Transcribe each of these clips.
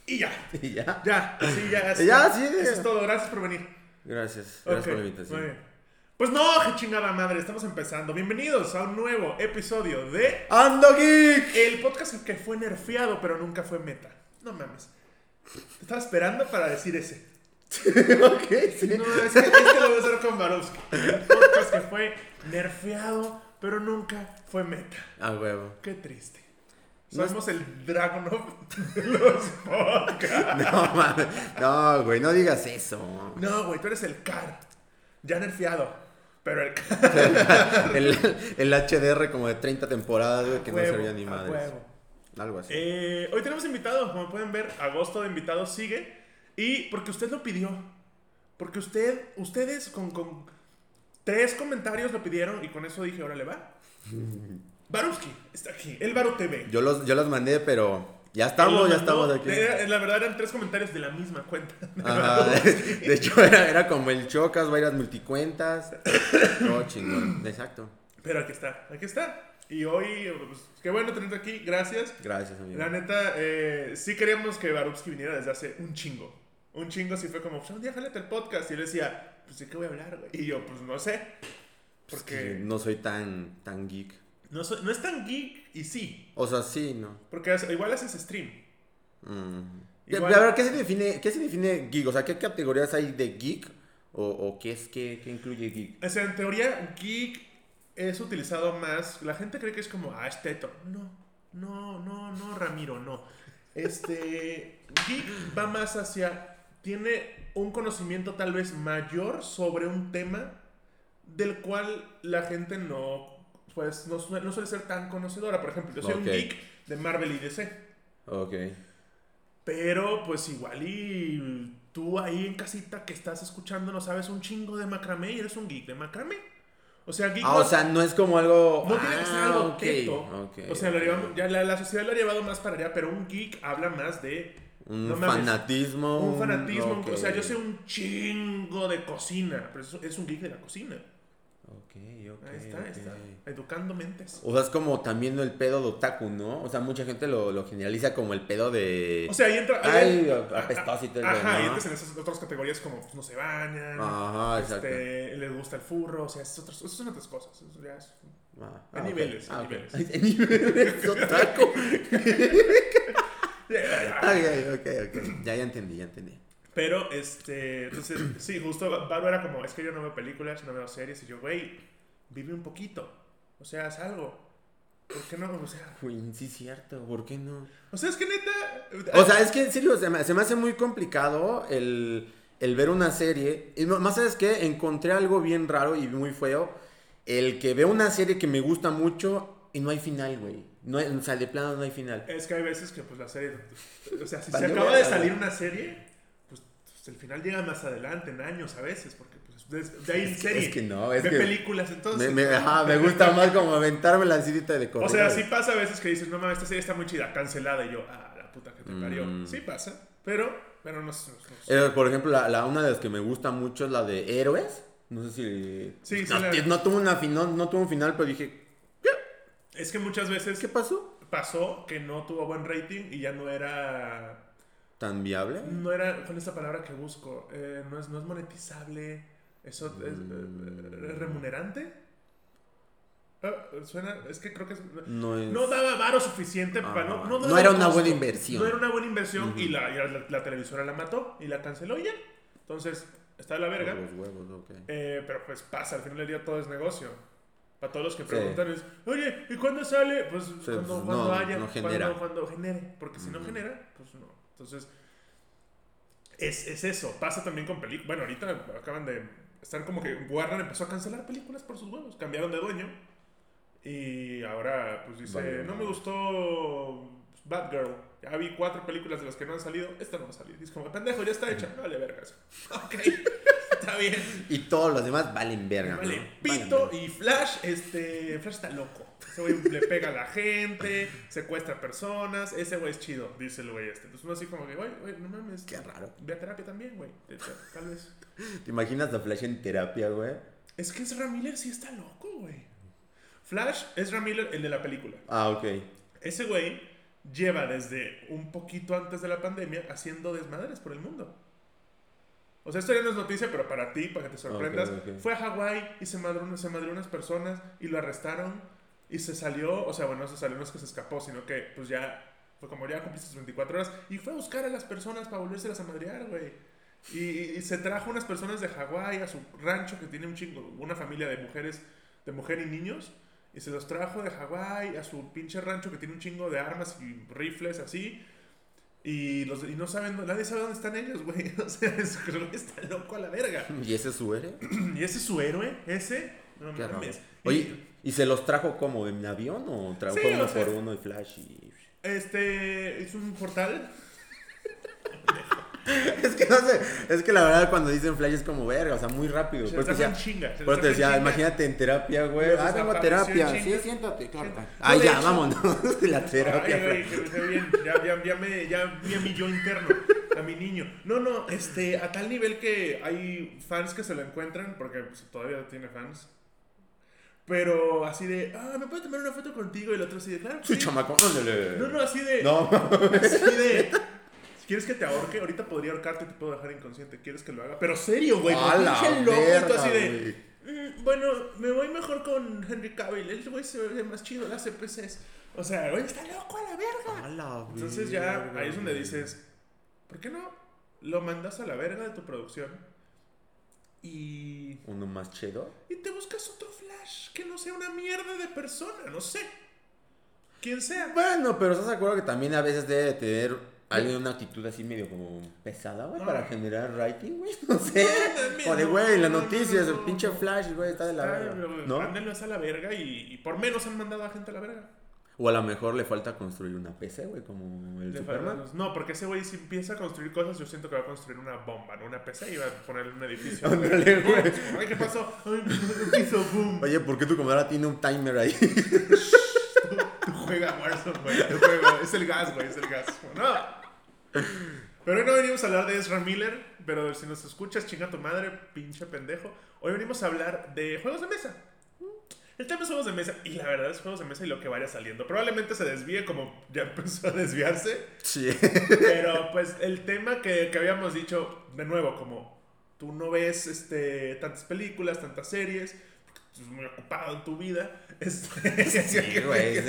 Y ya. ¿Y ya? Ya, sí, ya. Ya, sí. Eso es todo. Gracias por venir. Gracias Ok, por la invitación. muy bien. Pues no, qué chingada madre, estamos empezando. Bienvenidos a un nuevo episodio de ¡Ando Geek! el podcast que fue nerfeado, pero nunca fue meta. No mames. Te estaba esperando para decir ese. Ok, sí. No, es que este lo voy a hacer con Barovsky. El podcast que fue nerfeado, pero nunca fue meta. A huevo. Qué triste. No Somos el Dragonov de los podcasts. No, mames. No, güey, no digas eso. No, güey, tú eres el CAR. Ya nerfeado. Pero el El HDR como de 30 temporadas, güey, que no huevo, servía ni a madres. huevo. Algo así. Hoy tenemos invitados, como pueden ver, agosto de invitados sigue. Y porque usted lo pidió. Porque ustedes con 3 comentarios lo pidieron y con eso dije, órale va. Barovsky está aquí, el Baro TV. Yo los mandé, pero ya estamos aquí. La verdad eran 3 comentarios de la misma cuenta. Ajá, de hecho era como el Chocas, varias multicuentas. Todo chingón, exacto. Pero aquí está. Y hoy, pues, qué bueno tenerte aquí, gracias. Gracias, amigo. La neta, sí queríamos que Barovsky viniera desde hace un chingo. Un chingo sí fue como, pues un día jálate el podcast. Y él decía, pues ¿de qué voy a hablar, güey? Y yo, pues no sé. Porque Es que no soy tan geek. no es tan geek y sí. O sea, sí, no. Porque igual haces stream. A ver, ¿qué se define geek? O sea, ¿qué categorías hay de geek? ¿O qué incluye geek? O sea, en teoría, geek es utilizado más. La gente cree que es como, es teto. No, Ramiro, no. Geek va más hacia. Tiene un conocimiento tal vez mayor sobre un tema del cual la gente no suele ser tan conocedora. Por ejemplo, yo soy un geek de Marvel y DC. Ok. Pero pues igual y tú ahí en casita que estás escuchando no sabes un chingo de macramé y eres un geek de macramé. O sea, geek o sea, no es como algo... no tiene que ser algo teto. Okay, o sea, ya la sociedad lo ha llevado más para allá, pero un geek habla más de... Un fanatismo. Un fanatismo. Okay. O sea, yo sé un chingo de cocina, pero es un geek de la cocina. Ok. Ahí está. Educando mentes. O sea, es como también el pedo de otaku, ¿no? O sea, mucha gente lo generaliza como el pedo de... O sea, ahí entra... apestoso y todo. Ajá, y entras en esas otras categorías como pues, no se bañan. Ajá, exacto. Les gusta el furro, o sea, esas son otras cosas. Eso ya es... hay okay. niveles, hay niveles. Hay niveles, otaku. Ok. Ya entendí. Pero, entonces, sí, justo Baro era como, es que yo no veo películas, no veo series, y yo, güey, vive un poquito, o sea, haz algo, ¿por qué no? O sea, uy, sí es cierto, ¿por qué no? O sea, es que neta... O sea, es que en serio, se me hace muy complicado el ver una serie, y más sabes que encontré algo bien raro y muy feo, el que veo una serie que me gusta mucho y no hay final, güey. O sea, de plano no hay final. Es que hay veces que, pues, la serie... O sea, si Vale, se acaba de salir una serie... el final llega más adelante, en años a veces, porque pues, de ahí en serie. Es que no, ve películas, entonces. Me gusta más como aventarme la cidita de correr. O sea, sí pasa a veces que dices, no mames, esta serie está muy chida, cancelada, y yo, la puta que te parió. Sí pasa, pero no sé. Por ejemplo, una de las que me gusta mucho es la de Héroes. No sé si... Sí, no tuvo un final, pero dije... Es que muchas veces... ¿Qué pasó? Pasó que no tuvo buen rating y ya no era... ¿Tan viable? No era, ¿cuál es la palabra que busco? No es monetizable. Eso es remunerante. Suena, es que creo que no daba varo suficiente para no era una buena inversión. No era una buena inversión y la televisora la mató y la canceló y ya. Entonces, está de la verga. Los huevos, okay. Pero pues pasa, al final del día todo es negocio. Para todos los que preguntan es, oye, ¿y cuándo sale? Pues cuando haya, cuando genere. Porque si no genera, pues no. Entonces, es eso. Pasa también con películas. Bueno, ahorita acaban de estar como que Warner empezó a cancelar películas por sus huevos. Cambiaron de dueño. Y ahora, pues dice, no me gustó Batgirl. Ya vi 4 películas de las que no han salido. Esta no va a salir. Y es como, pendejo, ya está hecha. Vale, vergas. Ok, está bien. Y todos los demás valen verga. Vale, pito. Y Flash, Flash está loco. Ese güey le pega a la gente, secuestra personas. Ese güey es chido, dice el güey Entonces uno así como que, güey, no mames. Qué raro. Ve a terapia también, güey. Tal vez. ¿Te imaginas a Flash en terapia, güey? Es que Ezra Miller sí está loco, güey. Flash, Ezra Miller, el de la película. Ok. Ese güey lleva desde un poquito antes de la pandemia haciendo desmadres por el mundo. O sea, esto ya no es noticia, pero para ti, para que te sorprendas, okay. Fue a Hawái y se madrió unas personas y lo arrestaron y se salió, o sea, bueno, no se salió, no es que se escapó, sino que pues ya fue como ya cumpliste sus 24 horas y fue a buscar a las personas para volvérselas a madrear, güey. Y se trajo unas personas de Hawái a su rancho que tiene un chingo, una familia de mujeres, de mujer y niños, y se los trajo de Hawái a su pinche rancho que tiene un chingo de armas y rifles así. Y no saben, nadie sabe dónde están ellos, güey. O sea, creo que está loco a la verga. ¿Y ese es su héroe? ¿Y ese es su héroe? ¿Ese? No mames. Oye, ¿y se los trajo como en avión o trajo uno por uno y Flash y...? Es un portal. Es que no sé, es que la verdad cuando dicen Flash es como verga, o sea, muy rápido. Por eso te decía, imagínate en terapia, güey. Tengo terapia. Sí, siéntate, claro. Ya, vámonos. La terapia. Ay, que me fue bien. Ya vi a mi yo interno, a mi niño. No, a tal nivel que hay fans que se lo encuentran, porque pues, todavía tiene fans. Pero así de, ¿me puedo tomar una foto contigo? Y el otro así de, claro. Sí, chamaco, ándale. No, así de. No. Así de. ¿Quieres que te ahorque? Ahorita podría ahorcarte y te puedo dejar inconsciente. ¿Quieres que lo haga? Pero serio, güey. Pinche loco. Así de. Bueno, me voy mejor con Henry Cavill. El güey se ve más chido, las CPCs. O sea, güey, está loco a la verga. Entonces ya ahí es donde dices, ¿por qué no lo mandas a la verga de tu producción? Y... ¿Uno más chido? Y te buscas otro Flash que no sea una mierda de persona, no sé. Quien sea. Bueno, pero ¿estás de acuerdo que también a veces debe tener... alguien una actitud así medio como pesada, güey, para generar rating, güey? No sé. O de, güey, las noticias, el pinche Flash, güey, está de la verga. ¿No? Mándenlos a la verga y por menos han mandado a gente a la verga. O a lo mejor le falta construir una PC, güey, como el Superman. No, porque ese güey si empieza a construir cosas, yo siento que va a construir una bomba, no una PC, y va a ponerle un edificio. Ándale, güey. Ay, ¿qué pasó? Ay, hizo boom. Oye, ¿por qué tu computadora tiene un timer ahí? Tú juega Warzone, güey. Es el gas, güey, es el gas. No. Pero hoy no venimos a hablar de Ezra Miller, pero si nos escuchas, chinga tu madre, pinche pendejo. Hoy venimos a hablar de juegos de mesa. El tema es juegos de mesa, y la verdad es juegos de mesa y lo que vaya saliendo. Probablemente se desvíe como ya empezó a desviarse. Sí. Pero pues el tema que habíamos dicho, de nuevo, como tú no ves tantas películas, tantas series, porque estás muy ocupado en tu vida. Sí, güey,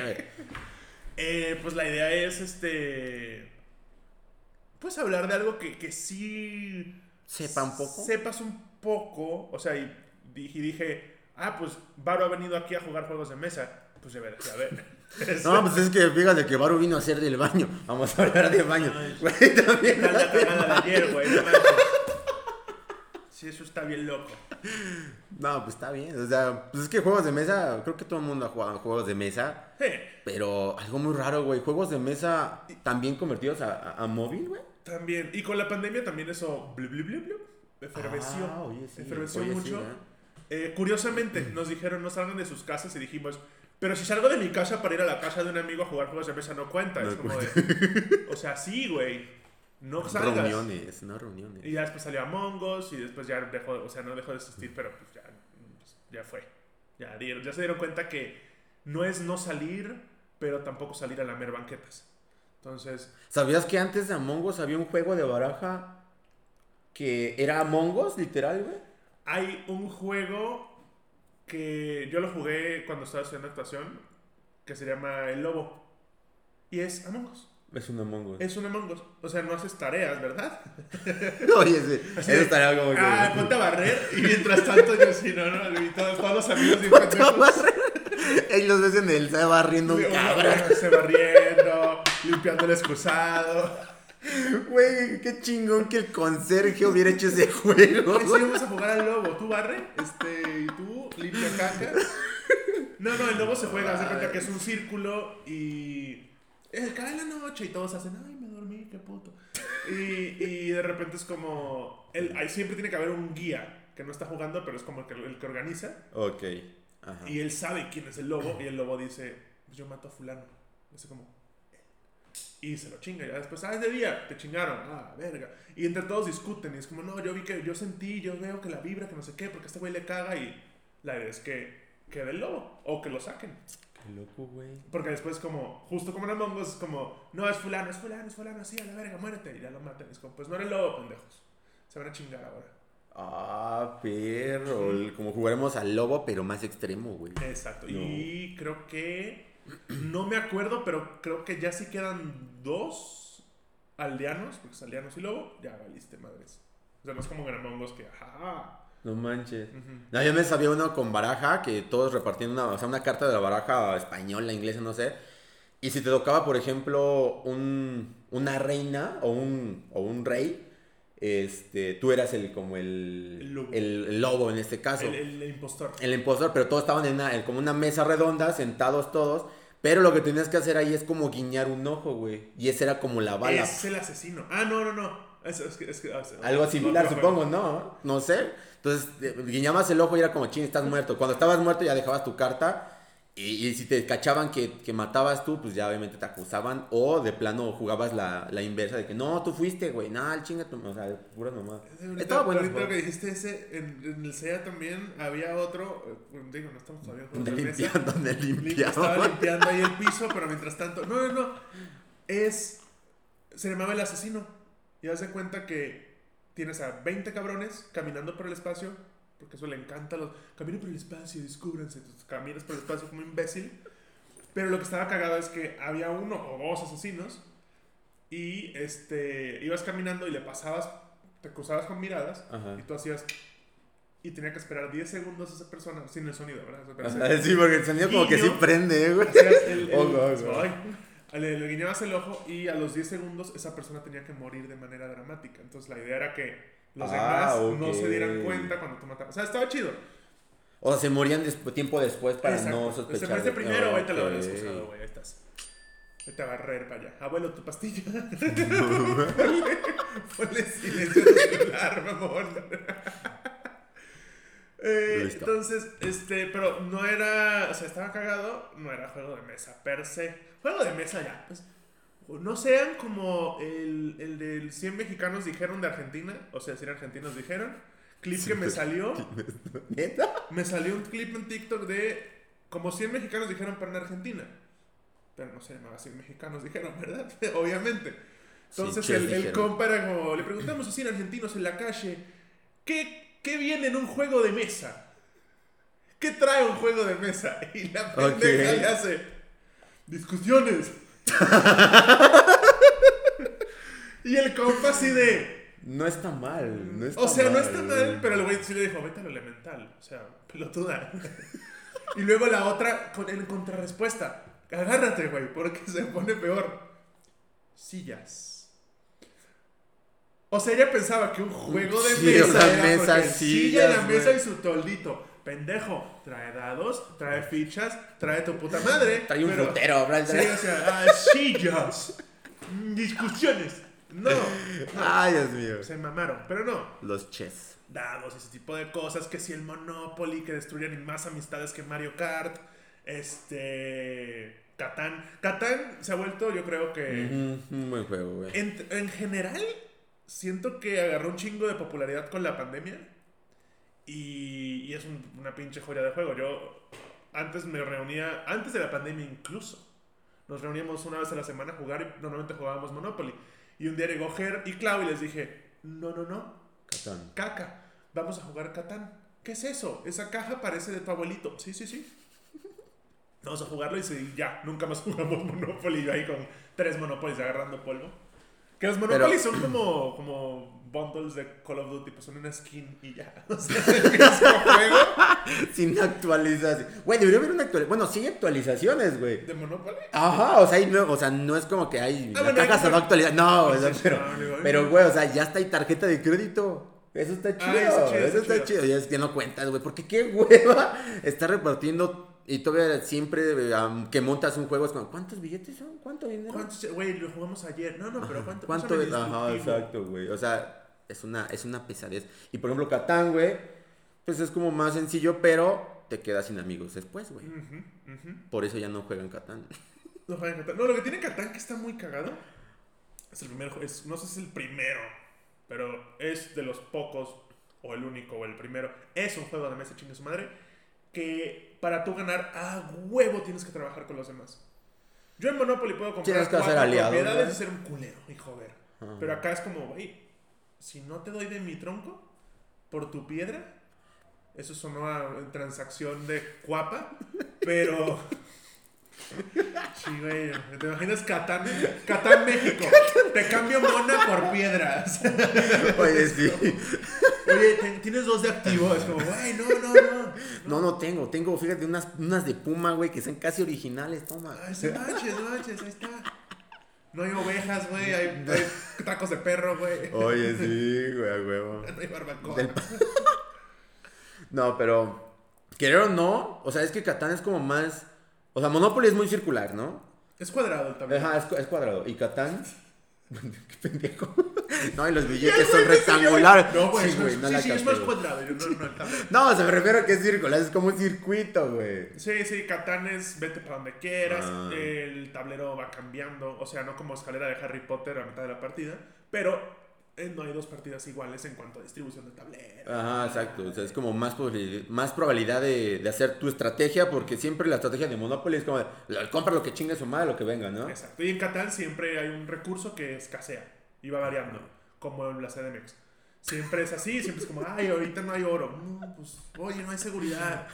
pues la idea es pues hablar de algo que sí sepas un poco, o sea, y dije, pues Varo ha venido aquí a jugar juegos de mesa, pues a ver. No, pues es que fíjate que Varo vino a hacer del baño. Vamos a hablar de baño. Güey, también la cagada de ayer, güey. Sí, eso está bien loco. No, pues está bien. O sea, pues es que juegos de mesa, creo que todo el mundo ha jugado juegos de mesa. Sí. Pero algo muy raro, güey. Juegos de mesa también convertidos a móvil, güey. También. Y con la pandemia también eso eferveció. Eferveció mucho. Sí, curiosamente, nos dijeron no salgan de sus casas y dijimos, pero si salgo de mi casa para ir a la casa de un amigo a jugar juegos de mesa no cuenta. Es como de, o sea, sí, güey. No salgas. Reuniones. Y ya después salió Among Us y después ya dejó, o sea, no dejó de existir, pero pues ya fue. Ya se dieron cuenta que no es no salir, pero tampoco salir a lamer banquetas. Entonces... ¿Sabías que antes de Among Us había un juego de baraja que era Among Us, literal, güey? Hay un juego que yo lo jugué cuando estaba estudiando actuación, que se llama El Lobo. Y es Among Us. Es un Among Us. Es un Among Us. O sea, no haces tareas, ¿verdad? Oye, sí. Eso estaría como que... ponte a barrer. Y mientras tanto yo sí, no. Y todos los amigos bien pendejos. Ellos ves en él, se va barriendo un cabrón. Se barriendo, limpiando el excusado. Güey, qué chingón que el conserje hubiera hecho ese juego. Sí, vamos a jugar al lobo. Tú barre, y tú limpia caca. No, el lobo se juega, hace cuenta que es un círculo y... cae la noche y todos hacen, ay, me dormí, qué puto. Y de repente es como... siempre tiene que haber un guía que no está jugando, pero es como el que organiza. Ok. Ajá. Y él sabe quién es el lobo y el lobo dice, pues yo mato a fulano. Es como... Y se lo chinga. Y después, es de día, te chingaron. Verga. Y entre todos discuten. Y es como, no, yo sentí, yo veo que la vibra, que no sé qué, porque a este güey le caga. Y la idea es que quede el lobo. O que lo saquen. Qué loco, güey. Porque después justo como en Among Us, es como, no, es fulano, así, a la verga, muérete. Y ya lo matan. Es como, pues no era el lobo, pendejos. Se van a chingar ahora. Ah, perro. Como jugaremos al lobo, pero más extremo, güey. Exacto. No. Y creo que, no me acuerdo, pero creo que ya sí quedan 2 aldeanos, porque es aldeanos y lobo, ya valiste madres. O sea, no es como en Among Us que, ajá. No manches. No, yo me sabía uno con baraja, que todos repartían una carta de la baraja española, inglesa, no sé. Y si te tocaba, por ejemplo, una reina o un rey, tú eras el lobo. El lobo en este caso. El impostor. El impostor, pero todos estaban como una mesa redonda, sentados todos. Pero lo que tenías que hacer ahí es como guiñar un ojo, güey. Y ese era como la bala. Es el asesino. Ah, no. Algo similar, supongo, ¿no? No sé. Entonces, guiñabas el ojo y era como, ching, estás muerto. Cuando estabas muerto ya dejabas tu carta. Y si te cachaban que matabas tú, pues ya obviamente te acusaban. O de plano jugabas la inversa de que, no, tú fuiste, güey. No, chinga tu... O sea, puras mamadas. Estaba bueno. Ahorita que dijiste ese, en el SEA también había otro... Digo, no estamos todavía jugando en mesa. Estaba limpiando ahí el piso, pero mientras tanto... No. Se llamaba El Asesino. Y haz de cuenta que tienes a 20 cabrones caminando por el espacio, porque eso le encanta a los... Caminen por el espacio, descúbranse. Entonces caminas por el espacio como imbécil. Pero lo que estaba cagado es que había 1 o 2 asesinos y ibas caminando y le pasabas, te cruzabas con miradas. Ajá. Y tú hacías... Y tenía que esperar 10 segundos a esa persona, sin el sonido, ¿verdad? Sí, porque el sonido como que sí prende, güey. Le guiñabas el ojo y a los 10 segundos esa persona tenía que morir de manera dramática. Entonces la idea era que los demás no se dieran cuenta cuando tú matabas. O sea, estaba chido. O sea, se morían tiempo después para no sospechar. Se muerte primero, güey, te lo habías usado, güey. Ahí estás. Vete a barrer para allá. Abuelo, tu pastilla. Ponle silencio a tu celular, mamón. Entonces, pero no era, o sea, estaba cagado, no era juego de mesa per se. Juego de mesa ya, pues, no sean como el del 100 mexicanos dijeron de Argentina, o sea, 100 argentinos dijeron, clip que me salió. ¿Neta? Me salió un clip en TikTok de como 100 mexicanos dijeron pero en Argentina. Pero no se llamaba 100 mexicanos dijeron, ¿verdad? Obviamente. Entonces sí, el compa era como, le preguntamos a 100 argentinos en la calle, ¿Qué viene en un juego de mesa? ¿Qué trae un juego de mesa? Y la pendeja le hace discusiones. Y el compa así de... No está mal, no está mal. O sea, mal, no está mal, pero el güey sí le dijo, vete a lo elemental. O sea, pelotuda. Y luego la otra, en contrarrespuesta, agárrate, güey, porque se pone peor. Sillas. O sea, ella pensaba que un juego de mesa era mesa, silla en la mesa y su toldito. Pendejo, trae dados, trae fichas, trae tu puta madre. Trae un frutero, ¿verdad? Sí, o sea, sillas, discusiones. No. Ay, Dios mío. Se mamaron, pero no. Los chess. Dados, ese tipo de cosas, que si el Monopoly, que destruyen más amistades que Mario Kart. Catán. Catán se ha vuelto, yo creo que... un buen juego, güey. En general... Siento que agarró un chingo de popularidad con la pandemia y es una pinche joya de juego. Yo antes me reunía, antes de la pandemia incluso, nos reuníamos una vez a la semana a jugar y normalmente jugábamos Monopoly. Y un día llegó Ger y Clau y les dije, no, Catán. Caca, vamos a jugar Catán. ¿Qué es eso? Esa caja parece de tu abuelito. Sí. Vamos a jugarlo y ya, nunca más jugamos Monopoly. Yo ahí con 3 Monopolies agarrando polvo. Que los Monopoly son como bundles de Call of Duty, pues son una skin y ya. O sea, es el mismo juego. Sin actualización. Güey, debería haber una actualización. Bueno, sí hay actualizaciones, güey. ¿De Monopoly? Ajá, o sea, no es como que hay... la caja se va a actualizar. No, o sea, pero, güey, o sea, ya está, hay tarjeta de crédito. Eso está chido. Eso está chido. Ya es que no cuentas, güey. Porque qué hueva está repartiendo... Y todavía siempre que montas un juego es como, ¿cuántos billetes son? ¿Cuánto dinero? Güey, lo jugamos ayer. No, pero ¿cuánto es? Ajá, exacto, güey. O sea, es una pesadez. Y por ejemplo, Catán, güey, pues es como más sencillo, pero te quedas sin amigos después, güey. Por eso ya no juegan Catán. No juegan Catán. No, lo que tiene Catán que está muy cagado es el primero. No sé si es el primero, pero es de los pocos, o el único, o el primero. Es un juego de mesa, chingue su madre, que para tú ganar a huevo tienes que trabajar con los demás. Yo en Monopoly puedo comprar 4 propiedades y ser un culero, hijo ver. Pero acá es como, güey, si no te doy de mi tronco por tu piedra, eso sonó a transacción de cuapa, pero... Sí, güey, ¿te imaginas Catán México? Te cambio mona por piedras. Oye, sí. Oye, ¿tienes 2 de activo? Es como, güey, No tengo, fíjate, unas de Puma, güey, que son casi originales, toma. Ay, sí, manches, ahí está. No hay ovejas, güey, hay tacos de perro, güey. Oye, sí, güey, a huevo. No hay barbacoa. No, pero, querer o no, o sea, es que Catán es como más... O sea, Monopoly es muy circular, ¿no? Es cuadrado el tablero. Ajá, es cuadrado. Y Catán... Qué pendejo. No, y los billetes son rectangulares. No, güey, sí, es más cuadrado. No, o sea, me refiero a que es circular, es como un circuito, güey. Sí, Catán es vete para donde quieras. El tablero va cambiando. O sea, no como escalera de Harry Potter a mitad de la partida. Pero no hay 2 partidas iguales en cuanto a distribución de tablero. Ajá, exacto. O sea, es como más probabilidad de hacer tu estrategia, porque siempre la estrategia de Monopoly es como compra lo que chingue su madre, lo que venga, ¿no? Exacto. Y en Catán siempre hay un recurso que escasea y va variando, como en la CDMX. Siempre es así, siempre es como, ay, ahorita no hay oro. No, pues, oye, no hay seguridad.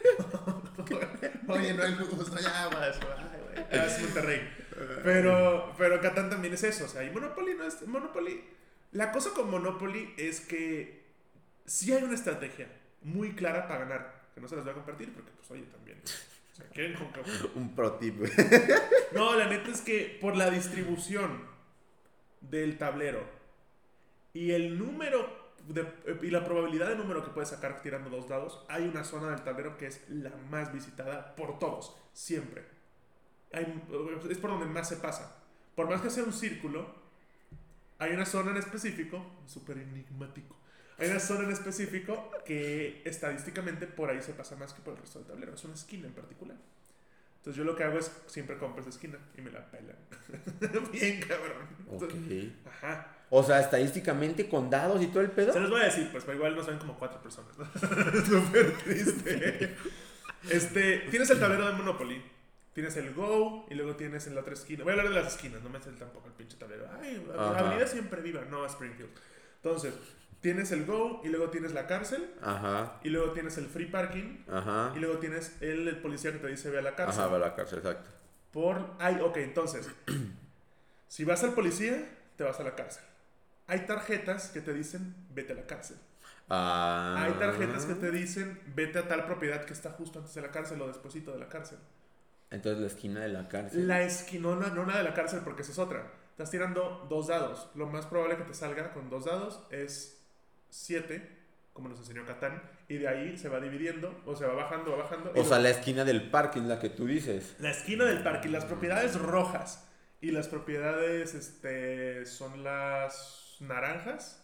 Oye, no hay luz, no hay agua. Eso, ay, güey. Es Monterrey. Pero Catán también es eso. O sea, y Monopoly no es... Monopoly... La cosa con Monopoly es que sí hay una estrategia muy clara para ganar, que no se las voy a compartir porque, pues, oye, también. O sea, ¿quieren un pro tip, güey. No, la neta es que por la distribución del tablero y el número y la probabilidad de número que puedes sacar tirando 2 dados, hay una zona del tablero que es la más visitada por todos, siempre. Es por donde más se pasa. Por más que sea un círculo, hay una zona en específico, súper enigmático, hay una zona en específico que estadísticamente por ahí se pasa más que por el resto del tablero. Es una esquina en particular. Entonces yo lo que hago es siempre compro esa esquina y me la pelan. Bien cabrón. Ok. Ajá. O sea, estadísticamente con dados y todo el pedo. Se los voy a decir, pues, pero igual nos ven como 4 personas, ¿no? Súper triste. Tienes el tablero de Monopoly. Tienes el Go y luego tienes en la otra esquina. Voy a hablar de las esquinas, no me sé tampoco el pinche tablero. Ay, Avenida Siempre Viva, no Springfield. Entonces, tienes el Go y luego tienes la cárcel. Ajá. Y luego tienes el free parking. Ajá. Y luego tienes el policía que te dice ve a la cárcel. Ajá, ve a la cárcel, exacto. Ok, entonces, si vas al policía, te vas a la cárcel. Hay tarjetas que te dicen vete a la cárcel. Hay tarjetas que te dicen vete a tal propiedad que está justo antes de la cárcel o despuesito de la cárcel. Entonces la esquina de la cárcel. La esquina, no la de la cárcel porque esa es otra. Estás tirando 2 dados. Lo más probable que te salga con 2 dados es 7, como nos enseñó Catán. Y de ahí se va dividiendo, o se va bajando, O sea, la esquina del parking, la que tú dices. La esquina del parking, las propiedades rojas. Y las propiedades, son las naranjas.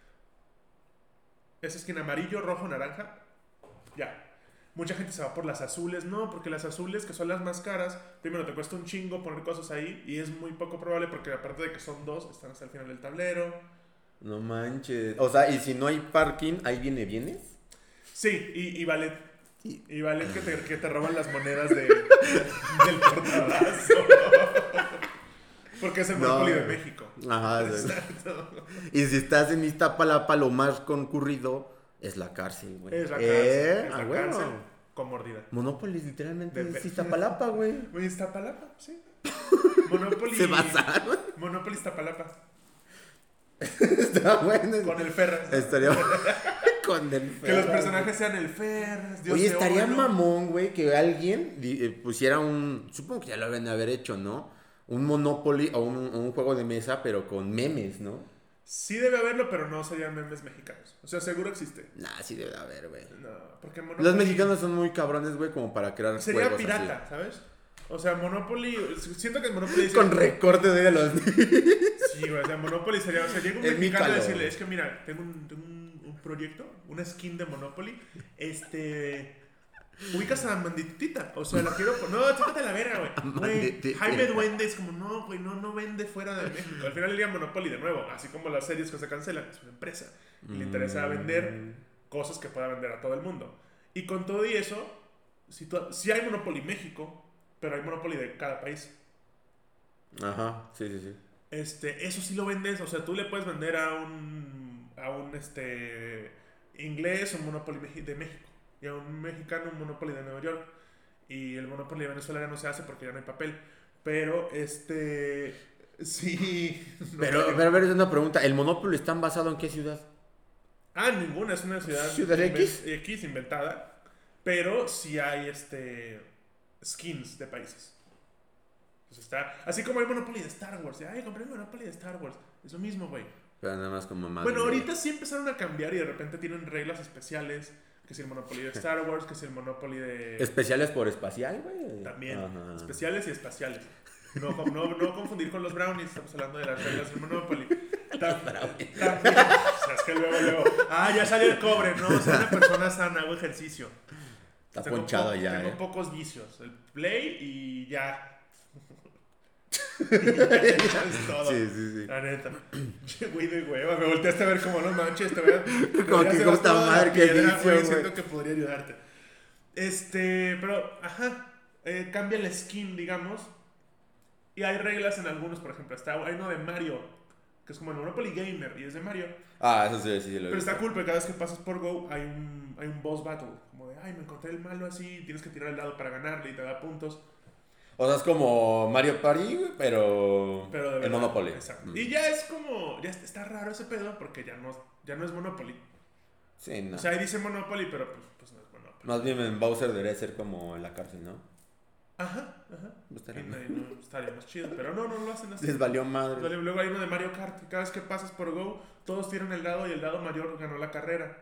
Esa esquina amarillo, rojo, naranja. Ya. Mucha gente se va por las azules, no, porque las azules, que son las más caras, primero te cuesta un chingo poner cosas ahí y es muy poco probable porque aparte de que son 2, están hasta el final del tablero. No manches. O sea, ¿y si no hay parking, ahí vienes? Sí, y vale. Y vale que te roban las monedas del portavasos. Porque es el Monopoly de México. Ajá, exacto. Y si estás en Iztapalapa, lo más concurrido es la cárcel, güey. Es la cárcel. Es la cárcel con mordida. Monopoly literalmente es Iztapalapa, güey. Iztapalapa, sí. Monopoly. Se basaron. Monopoly Iztapalapa. Está bueno. Con el Ferras. Estaría con el Ferras. Que los personajes sean el Ferras. Oye, estaría mamón, güey, que alguien pusiera supongo que ya lo deben haber hecho, ¿no? Un Monopoly o un juego de mesa, pero con memes, ¿no? Sí debe haberlo, pero no serían memes mexicanos. O sea, seguro existe. Nah, sí debe haber, güey. No, porque Monopoly... Los mexicanos son muy cabrones, güey, como para crear sería juegos pirata, así. ¿Sabes? O sea, Monopoly... Siento que el Monopoly... Con recorte de los... Sí, güey, o sea, Monopoly sería... O sea, llega un mexicano a decirle, es que mira, tengo un proyecto, una skin de Monopoly, ubicas a Manditita, o sea, la quiero... No, chécate la verga, güey. Jaime Duende es como, no, güey, no vende fuera de México. Al final iría Monopoly de nuevo, así como las series que se cancelan, es una empresa. Y le interesa vender cosas que pueda vender a todo el mundo. Y con todo y eso, sí hay Monopoly México, pero hay Monopoly de cada país. Ajá, sí. Eso sí lo vendes, o sea, tú le puedes vender a un inglés un Monopoly de México y a un mexicano un Monopoly de Nueva York, y el Monopoly de Venezuela ya no se hace porque ya no hay papel, pero sí. Pero a ver, es una pregunta, ¿el Monopoly está basado en qué ciudad? Ninguna, es una ¿Ciudad X inventada, pero sí hay skins de países. Pues está, así como hay Monopoly de Star Wars. Compré el Monopoly de Star Wars. Es lo mismo, güey. Pero nada más como más. Bueno, ahorita sí empezaron a cambiar y de repente tienen reglas especiales. Que si el Monopoly de Star Wars, que si el Monopoly de... ¿Especiales por espacial, güey? También. Ajá. Especiales y espaciales. No confundir con los brownies. Estamos hablando de las reglas del Monopoly. También. O sea, es que luego. Ya salió el cobre, ¿no? O sea, una persona sana, hago ejercicio. Está ponchado ya, Tengo pocos vicios. El play y ya. Es todo. Sí. La neta. Güey de hueva. Me volteaste a ver como no manches. Te voy a. Como que gusta madre que güey. Siento que podría ayudarte. Pero, cambia el skin, digamos. Y hay reglas en algunos, por ejemplo. Hay uno de Mario, que es como el Monopoly Gamer, y es de Mario. Eso sí. Pero está cool, porque cada vez que pasas por Go hay un boss battle. Como de, me encontré el malo así, tienes que tirar el dado para ganarle y te da puntos. O sea, es como Mario Party, pero de verdad, el Monopoly. Exacto. Y ya es como, ya está raro ese pedo, porque ya no es Monopoly. Sí, no. O sea, ahí dice Monopoly, pero pues no es Monopoly. Más bien en Bowser debería ser como en la cárcel, ¿no? Ajá. Estaría más chido, pero no lo hacen así. Les valió madre. Luego hay uno de Mario Kart, y cada vez que pasas por Go, todos tiran el dado y el dado mayor ganó la carrera.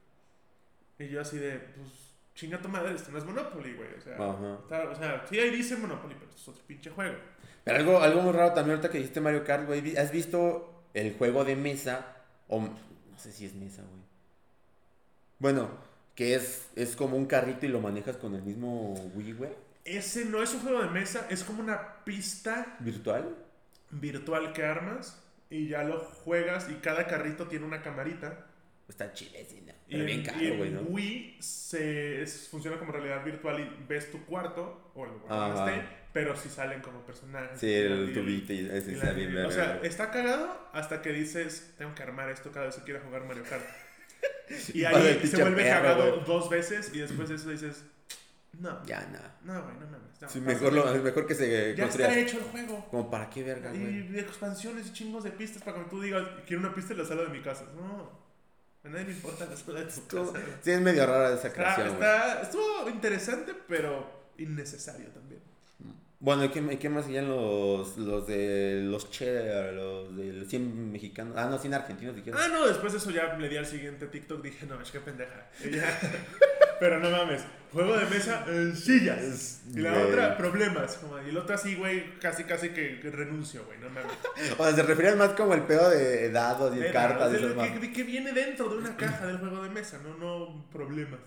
Y yo así de, pues, chinga tu madre, esto no es Monopoly, güey. O sea, sí ahí dice Monopoly, pero esto es otro pinche juego. Pero algo muy raro también ahorita que dijiste Mario Kart, güey. ¿Has visto el juego de mesa? O no sé si es mesa, güey. Bueno, que es como un carrito y lo manejas con el mismo Wii, güey. Ese no es un juego de mesa, es como una pista virtual que armas y ya lo juegas y cada carrito tiene una camarita. Está chilesina, pero bien caro, güey, ¿no? Wii funciona como realidad virtual y ves tu cuarto o el lugar donde esté, pero sí salen como personajes. Sí, el tubito y ese está bien. O sea, está cagado hasta que dices, tengo que armar esto cada vez que quiera jugar Mario Kart. Y ahí se vuelve cagado 2 veces y después de eso dices... No. Ya, nada. No, güey, no mames. Sí, mejor que se ya está hecho el juego. Como para qué verga, güey. Y expansiones y chingos de pistas para que tú digas, quiero una pista en la sala de mi casa. No. A nadie le importa la sala de tu casa. Sí, es medio rara esa creación, estuvo interesante, pero innecesario también. Bueno, ¿y qué más serían los de los cheddar, los de los 100 mexicanos? No, 100 argentinos dijeron. No, después de eso ya le di al siguiente TikTok, dije, no, es que pendeja. Pero no mames, juego de mesa, sillas. Y la otra, problemas. Y la otra sí, güey, casi que renuncio, güey, no mames. O sea, se referían más como el pedo de dados y cartas. Que viene dentro de una caja del juego de mesa, no problemas.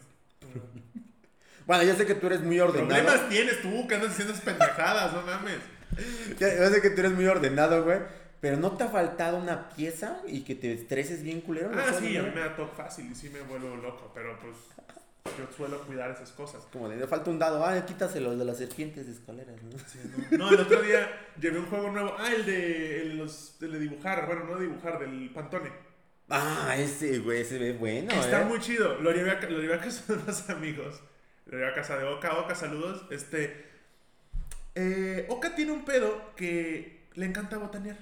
Bueno, yo sé que tú eres muy ordenado. Problemas tienes tú, que andas haciendo esas pendejadas, no mames. Yo sé que tú eres muy ordenado, güey. Pero ¿no te ha faltado una pieza y que te estreses bien culero? Sí, a mí me da toque fácil y sí me vuelvo loco, pero pues yo suelo cuidar esas cosas. Como le falta un dado, quítaselo de las serpientes de escaleras, ¿no? Sí, no, el otro día llevé un juego nuevo, el de dibujar, bueno, no dibujar, del Pantone. Ese, güey, ese ve bueno, Está muy chido, lo llevé a casa de unos amigos. Lo llevé a casa de Oka, saludos. Oka tiene un pedo que le encanta botanear.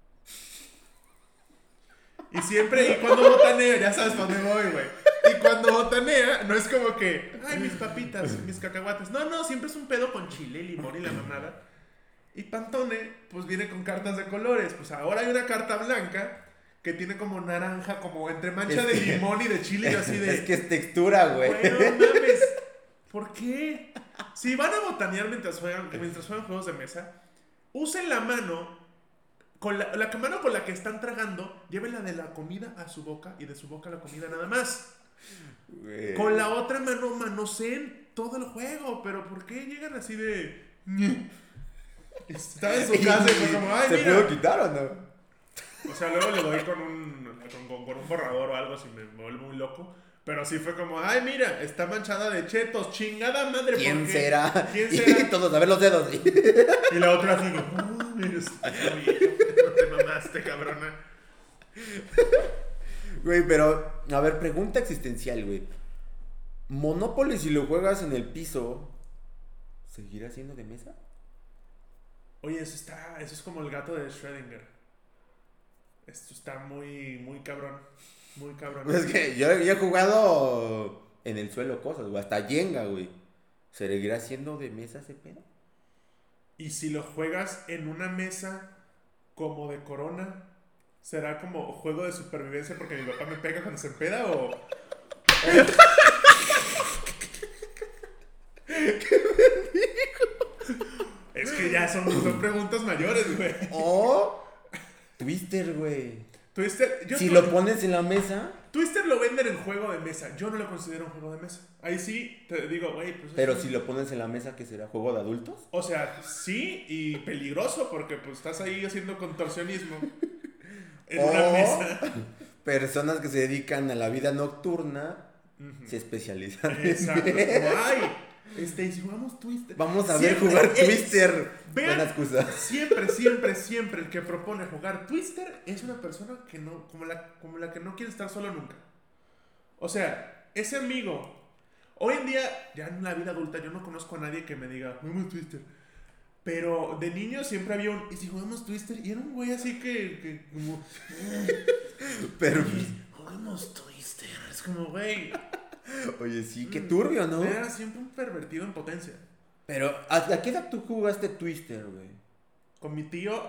Y cuando botanea, ya sabes para dónde voy, güey. Y cuando botanea, no es como que, mis papitas, mis cacahuates. No, siempre es un pedo con chile, limón y la mamada. Y Pantone, pues viene con cartas de colores. Pues ahora hay una carta blanca que tiene como naranja, como entre mancha de limón y de chile y así de... Es que es textura, güey. Bueno, mames. ¿Por qué? Si van a botanear mientras juegan juegos de mesa, usen la mano, con la mano con la que están tragando, llévenla de la comida a su boca y de su boca a la comida nada más. Güey. Con la otra mano manoseen todo el juego, pero ¿por qué llegan así de...? Está en su casa y fue como, ¿Se pudo quitar o no? O sea, luego le doy con un borrador o algo si me vuelvo muy loco. Pero sí fue como, ay, mira, está manchada de chetos, chingada madre. ¿Quién será? Y todos, a ver los dedos. Y la otra así como, mira, no te mamaste, cabrona. Güey, pero, a ver, pregunta existencial, güey. Monopoly, si lo juegas en el piso, ¿seguirá siendo de mesa? Oye, eso es como el gato de Schrödinger. Esto está muy cabrón. Muy cabrón. Pues es que yo he jugado en el suelo cosas, güey. Hasta Jenga, güey. ¿Seguirá siendo de mesa ese pedo? Y si lo juegas en una mesa como de Corona, ¿será como juego de supervivencia porque mi papá me pega cuando se empeda o...? Es que ya son preguntas mayores, güey. O Twister, güey. Twister, si lo pones en la mesa. Twister lo venden en juego de mesa. Yo no lo considero un juego de mesa. Ahí sí te digo, güey, pues. Pero si lo pones en la mesa, ¿qué será? ¿Juego de adultos? O sea, sí, y peligroso porque pues estás ahí haciendo contorsionismo en una mesa. Personas que se dedican a la vida nocturna se especializan. Exacto. Ay, si jugamos Twister. Vamos a ver jugar Twister. Buena excusa. Siempre el que propone jugar Twister es una persona que no, como la que no quiere estar solo nunca. O sea, ese amigo. Hoy en día, ya en la vida adulta, yo no conozco a nadie que me diga, jugamos Twister. Pero de niño siempre había ¿y si jugamos Twister? Y era un güey así que como. Pero. Jugamos Twister. Es como, güey. Oye, sí, qué turbio, ¿no? Era siempre un pervertido en potencia. Pero, ¿a qué edad tú jugaste Twister, güey? Con mi tío...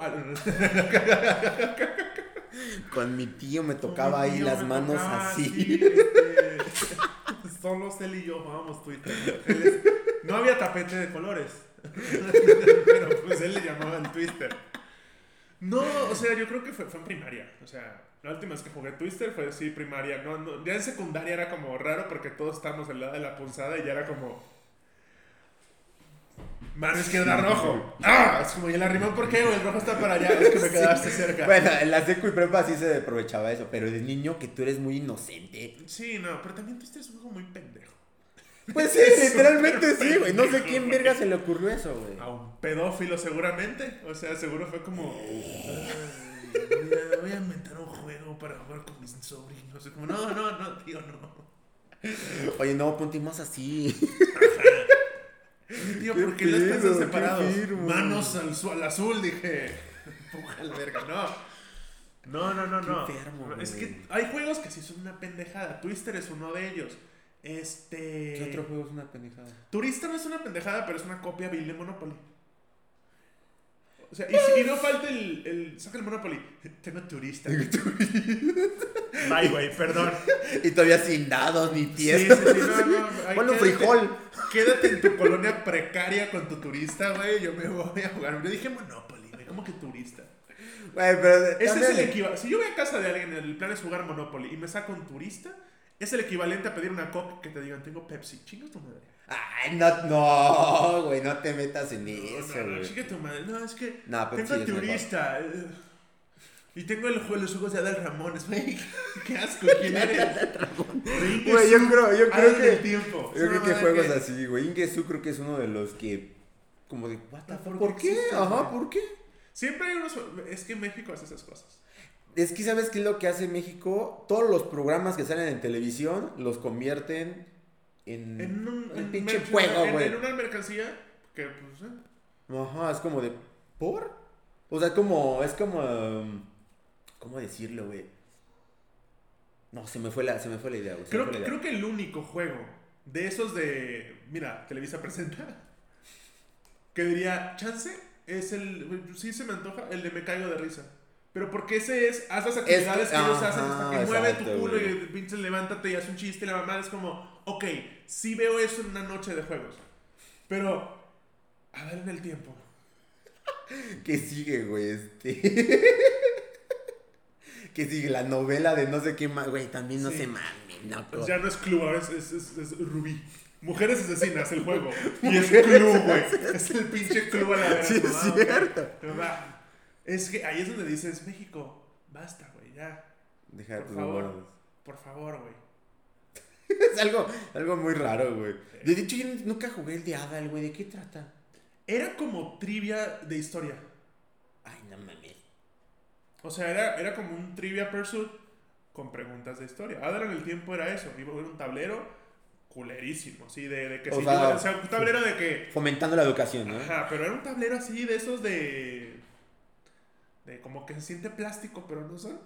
Con mi tío me tocaba ahí las manos así. Sí, solo él y yo jugábamos Twister. No había tapete de colores. Pero pues él le llamaba el Twister. No, o sea, yo creo que fue en primaria. O sea, la última vez que jugué Twister fue sí, primaria. No, ya en secundaria era como raro porque todos estábamos al lado de la punzada y ya era como... Mano izquierda rojo. ¡Ah! Es como, ¿y el arrimón por qué? O el rojo está para allá. Es que me quedaste cerca. Bueno, en la secu y prepa sí se aprovechaba eso. Pero de niño que tú eres muy inocente. Sí, no, pero también Twister es un juego muy pendejo. Pues sí, literalmente sí, güey. No sé quién verga se le ocurrió eso, güey. A un pedófilo seguramente. O sea, seguro fue como... voy a inventar un juego para jugar con mis sobrinos. Como, no, tío, no. Oye, no, puntimos así. Tío, ¿por qué los están separados? Manos al azul, dije. Puja la verga, no. Qué enfermo, es que hay juegos que sí son una pendejada. Twister es uno de ellos. ¿Qué otro juego es una pendejada? Turista no es una pendejada, pero es una copia vil de Monopoly. O sea, y no falta saca el Monopoly. Tengo turista. Bye, güey, perdón. Y todavía sin dados ni tierra. Sí, no. Bueno, frijol. Quédate en tu colonia precaria con tu turista, güey. Yo me voy a jugar. Yo dije Monopoly, güey. ¿Cómo que turista? Güey, pero... Ese es el equivalente. Si yo voy a casa de alguien, el plan es jugar Monopoly y me saco un turista, es el equivalente a pedir una Coke que te digan, tengo Pepsi. Chinga tu madre. Ay, no, güey, no te metas en eso, güey. No, chinga tu madre. No, es que Pepsi tengo turista. Y tengo los juegos de Adal Ramones, güey. Qué asco, ¿quién eres? Güey, yo creo que... Tiempo. Yo creo que juegos así, güey. Ingesu creo que es uno de los que... Como de, what the fuck, ¿por qué? Ajá, ¿por qué? Siempre hay unos... Es que México hace esas cosas. Es que, ¿sabes qué es lo que hace México? Todos los programas que salen en televisión los convierten en un pinche juego, güey. En una mercancía que, pues, Ajá, es como de... ¿Por? O sea, es como... ¿Cómo decirlo, güey? No, se me fue la idea, güey. Creo que el único juego de esos de... Mira, Televisa presenta... Que diría, chance, es sí se me antoja, el de Me Caigo de Risa. Pero porque ese haz las actividades que ellos hacen hasta que mueve tu culo, güey. Y pinche levántate y haz un chiste y la mamá es como, ok, sí veo eso en una noche de juegos. Pero, a ver en el tiempo. ¿Qué sigue, güey? ¿Qué sigue? La novela de no sé qué más, güey, también no se mamen, no. Pues ya no es club, ahora es Rubí. Mujeres asesinas, el juego. Y es club, güey. Es el pinche club a la vez. Sí, es cierto. ¿Verdad? Es que ahí es donde dices, México, basta, güey, ya. Deja por favor, por favor, güey. Es algo muy raro, güey. De hecho, yo nunca jugué el de Adal, güey. ¿De qué trata? Era como trivia de historia. Ay, no mames. O sea, era como un Trivia Pursuit con preguntas de historia. Adal en el tiempo era eso. Iba a ver un tablero culerísimo, así de que... O sea, un tablero de que... Fomentando la educación, ¿no? Ajá, pero era un tablero así de esos de como que se siente plástico, pero no son.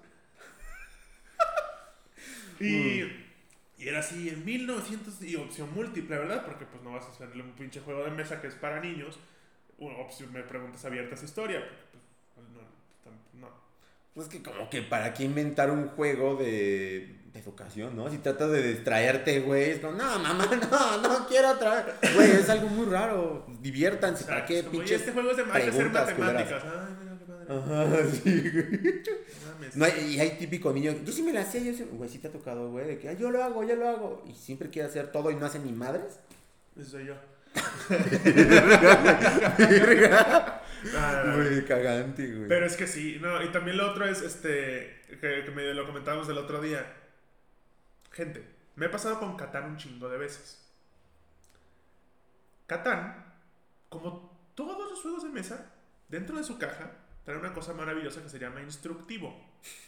Y era así en 1900 y opción múltiple, ¿verdad? Porque pues no vas a hacerle un pinche juego de mesa que es para niños. Opción me preguntas abiertas historia. Porque, pues, no. Pues que como que para qué inventar un juego de educación, ¿no? Si tratas de distraerte, güey, es como, no, mamá, no quiero otra vez. Güey, es algo muy raro. Diviértanse, o sea, ¿para qué pinches este juego es de hacer matemáticas. Ay, mira qué padre. Ajá, sí, güey. No, y hay típico niño, yo sí me la sé, güey, sí te ha tocado, güey, de que yo lo hago. Y siempre quiere hacer todo y no hace ni madres. Eso soy yo. Muy cagante, güey. Pero es que sí, no, y también lo otro es, que me lo comentábamos el otro día. Gente, me he pasado con Catán un chingo de veces. Catán, como todos los juegos de mesa, dentro de su caja, trae una cosa maravillosa que se llama instructivo.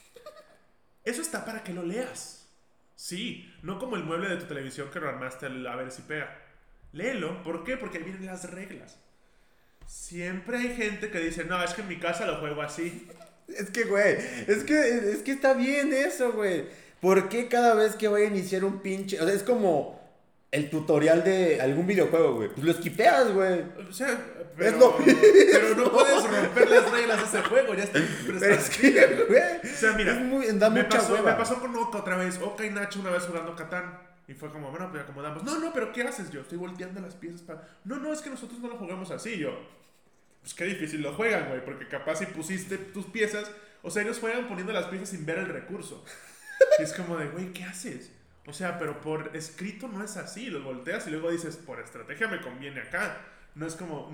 Eso está para que lo leas. Sí, no como el mueble de tu televisión que lo armaste a ver si pega. Léelo, ¿por qué? Porque ahí vienen las reglas. Siempre hay gente que dice, no, es que en mi casa lo juego así. Es que, güey, es que está bien eso, güey. ¿Por qué cada vez que voy a iniciar un pinche... O sea, es como el tutorial de algún videojuego, güey. Pues lo esquipeas, güey. O sea, pero no puedes romper las reglas de ese juego. Ya está. Pero es que, güey. O sea, mira, me pasó con Oka otra vez. Oka y Nacho una vez jugando Catán. Y fue como, bueno, pues acomodamos. No, pero ¿qué haces? Yo estoy volteando las piezas para... No, es que nosotros no lo jugamos así. Yo, pues qué difícil lo juegan, güey. Porque capaz si pusiste tus piezas... O sea, ellos juegan poniendo las piezas sin ver el recurso. Y es como de, güey, ¿qué haces? O sea, pero por escrito no es así. Los volteas y luego dices, por estrategia me conviene acá. No es como...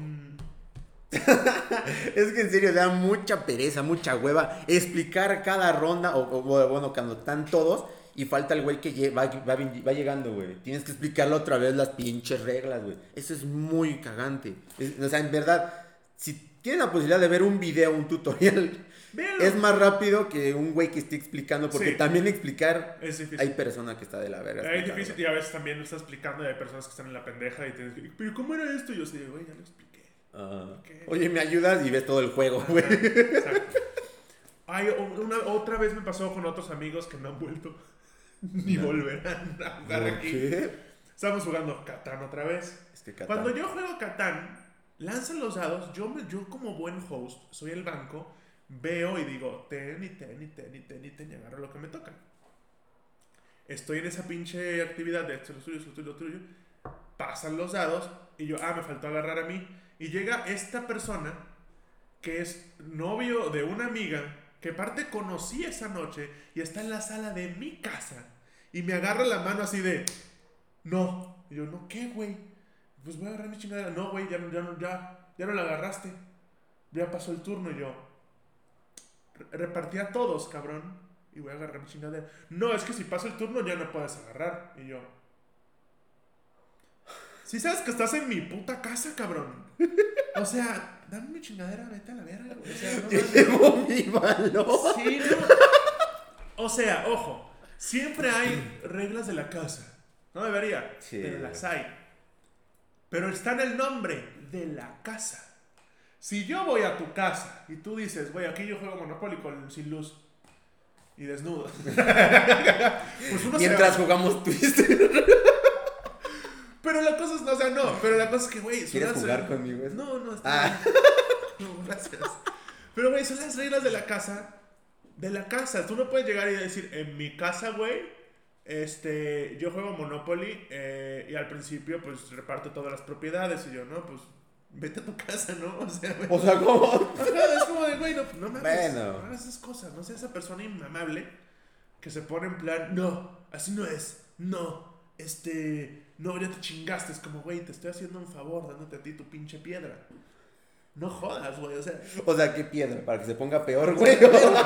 Es que en serio, da mucha pereza, mucha hueva explicar cada ronda. O bueno, cuando están todos... Y falta el güey que va llegando, güey. Tienes que explicarle otra vez las pinches reglas, güey. Eso es muy cagante. O sea, en verdad, si tienen la posibilidad de ver un video, un tutorial, es más rápido que un güey que esté explicando. Porque también explicar, es difícil. Hay persona que está de la verga. Es difícil y a veces también lo está explicando y hay personas que están en la pendeja y tienes que... ¿Pero cómo era esto? Y yo sé, güey, ya lo expliqué. Oye, ¿me ayudas? Y ves todo el juego, güey. Exacto. Otra vez me pasó con otros amigos que no han vuelto. Ni volverán a jugar aquí. ¿Qué? Estamos jugando Catán otra vez. Es que Catán. Cuando yo juego Catán, lanzan los dados. Yo como buen host, soy el banco, veo y digo, ten y agarro lo que me toca. Estoy en esa pinche actividad de esto, lo tuyo. Pasan los dados y yo, me faltó agarrar a mí. Y llega esta persona que es novio de una amiga que aparte conocí esa noche y está en la sala de mi casa y me agarra la mano así de no. Y yo, no, ¿qué, güey? Pues voy a agarrar mi chingadera. No, güey, ya no la agarraste. Ya pasó el turno. Y yo repartí a todos, cabrón, y voy a agarrar mi chingadera. No, es que si pasa el turno ya no puedes agarrar. Y yo, si sabes que estás en mi puta casa, cabrón. O sea, dame mi chingadera, vete a la verga, güey. O sea, no, llevo mi valor. Sí, no. O sea, ojo, siempre hay reglas de la casa. No debería, sí, pero las hay. Pero está en el nombre de la casa. Si yo voy a tu casa y tú dices, güey, aquí yo juego Monopoly sin luz y desnudo. Pues mientras jugamos Twister. Pero la cosa es, o sea, no, pero la cosa es que, güey... ¿Quieres jugar conmigo? No, está bien. No, gracias. Pero, güey, son las reglas de la casa. De la casa. Tú no puedes llegar y decir, en mi casa, güey, yo juego Monopoly y al principio, pues, reparto todas las propiedades. Y yo, no, pues, vete a tu casa, ¿no? O sea, güey. O sea, ¿cómo? Es como de, güey, no mames. Bueno. No hagas esas cosas. No seas esa persona inmamable que se pone en plan, no, así no es. No, no, ya te chingaste. Es como, güey, te estoy haciendo un favor dándote a ti tu pinche piedra. No jodas, güey, O sea, ¿qué piedra? Para que se ponga peor, güey.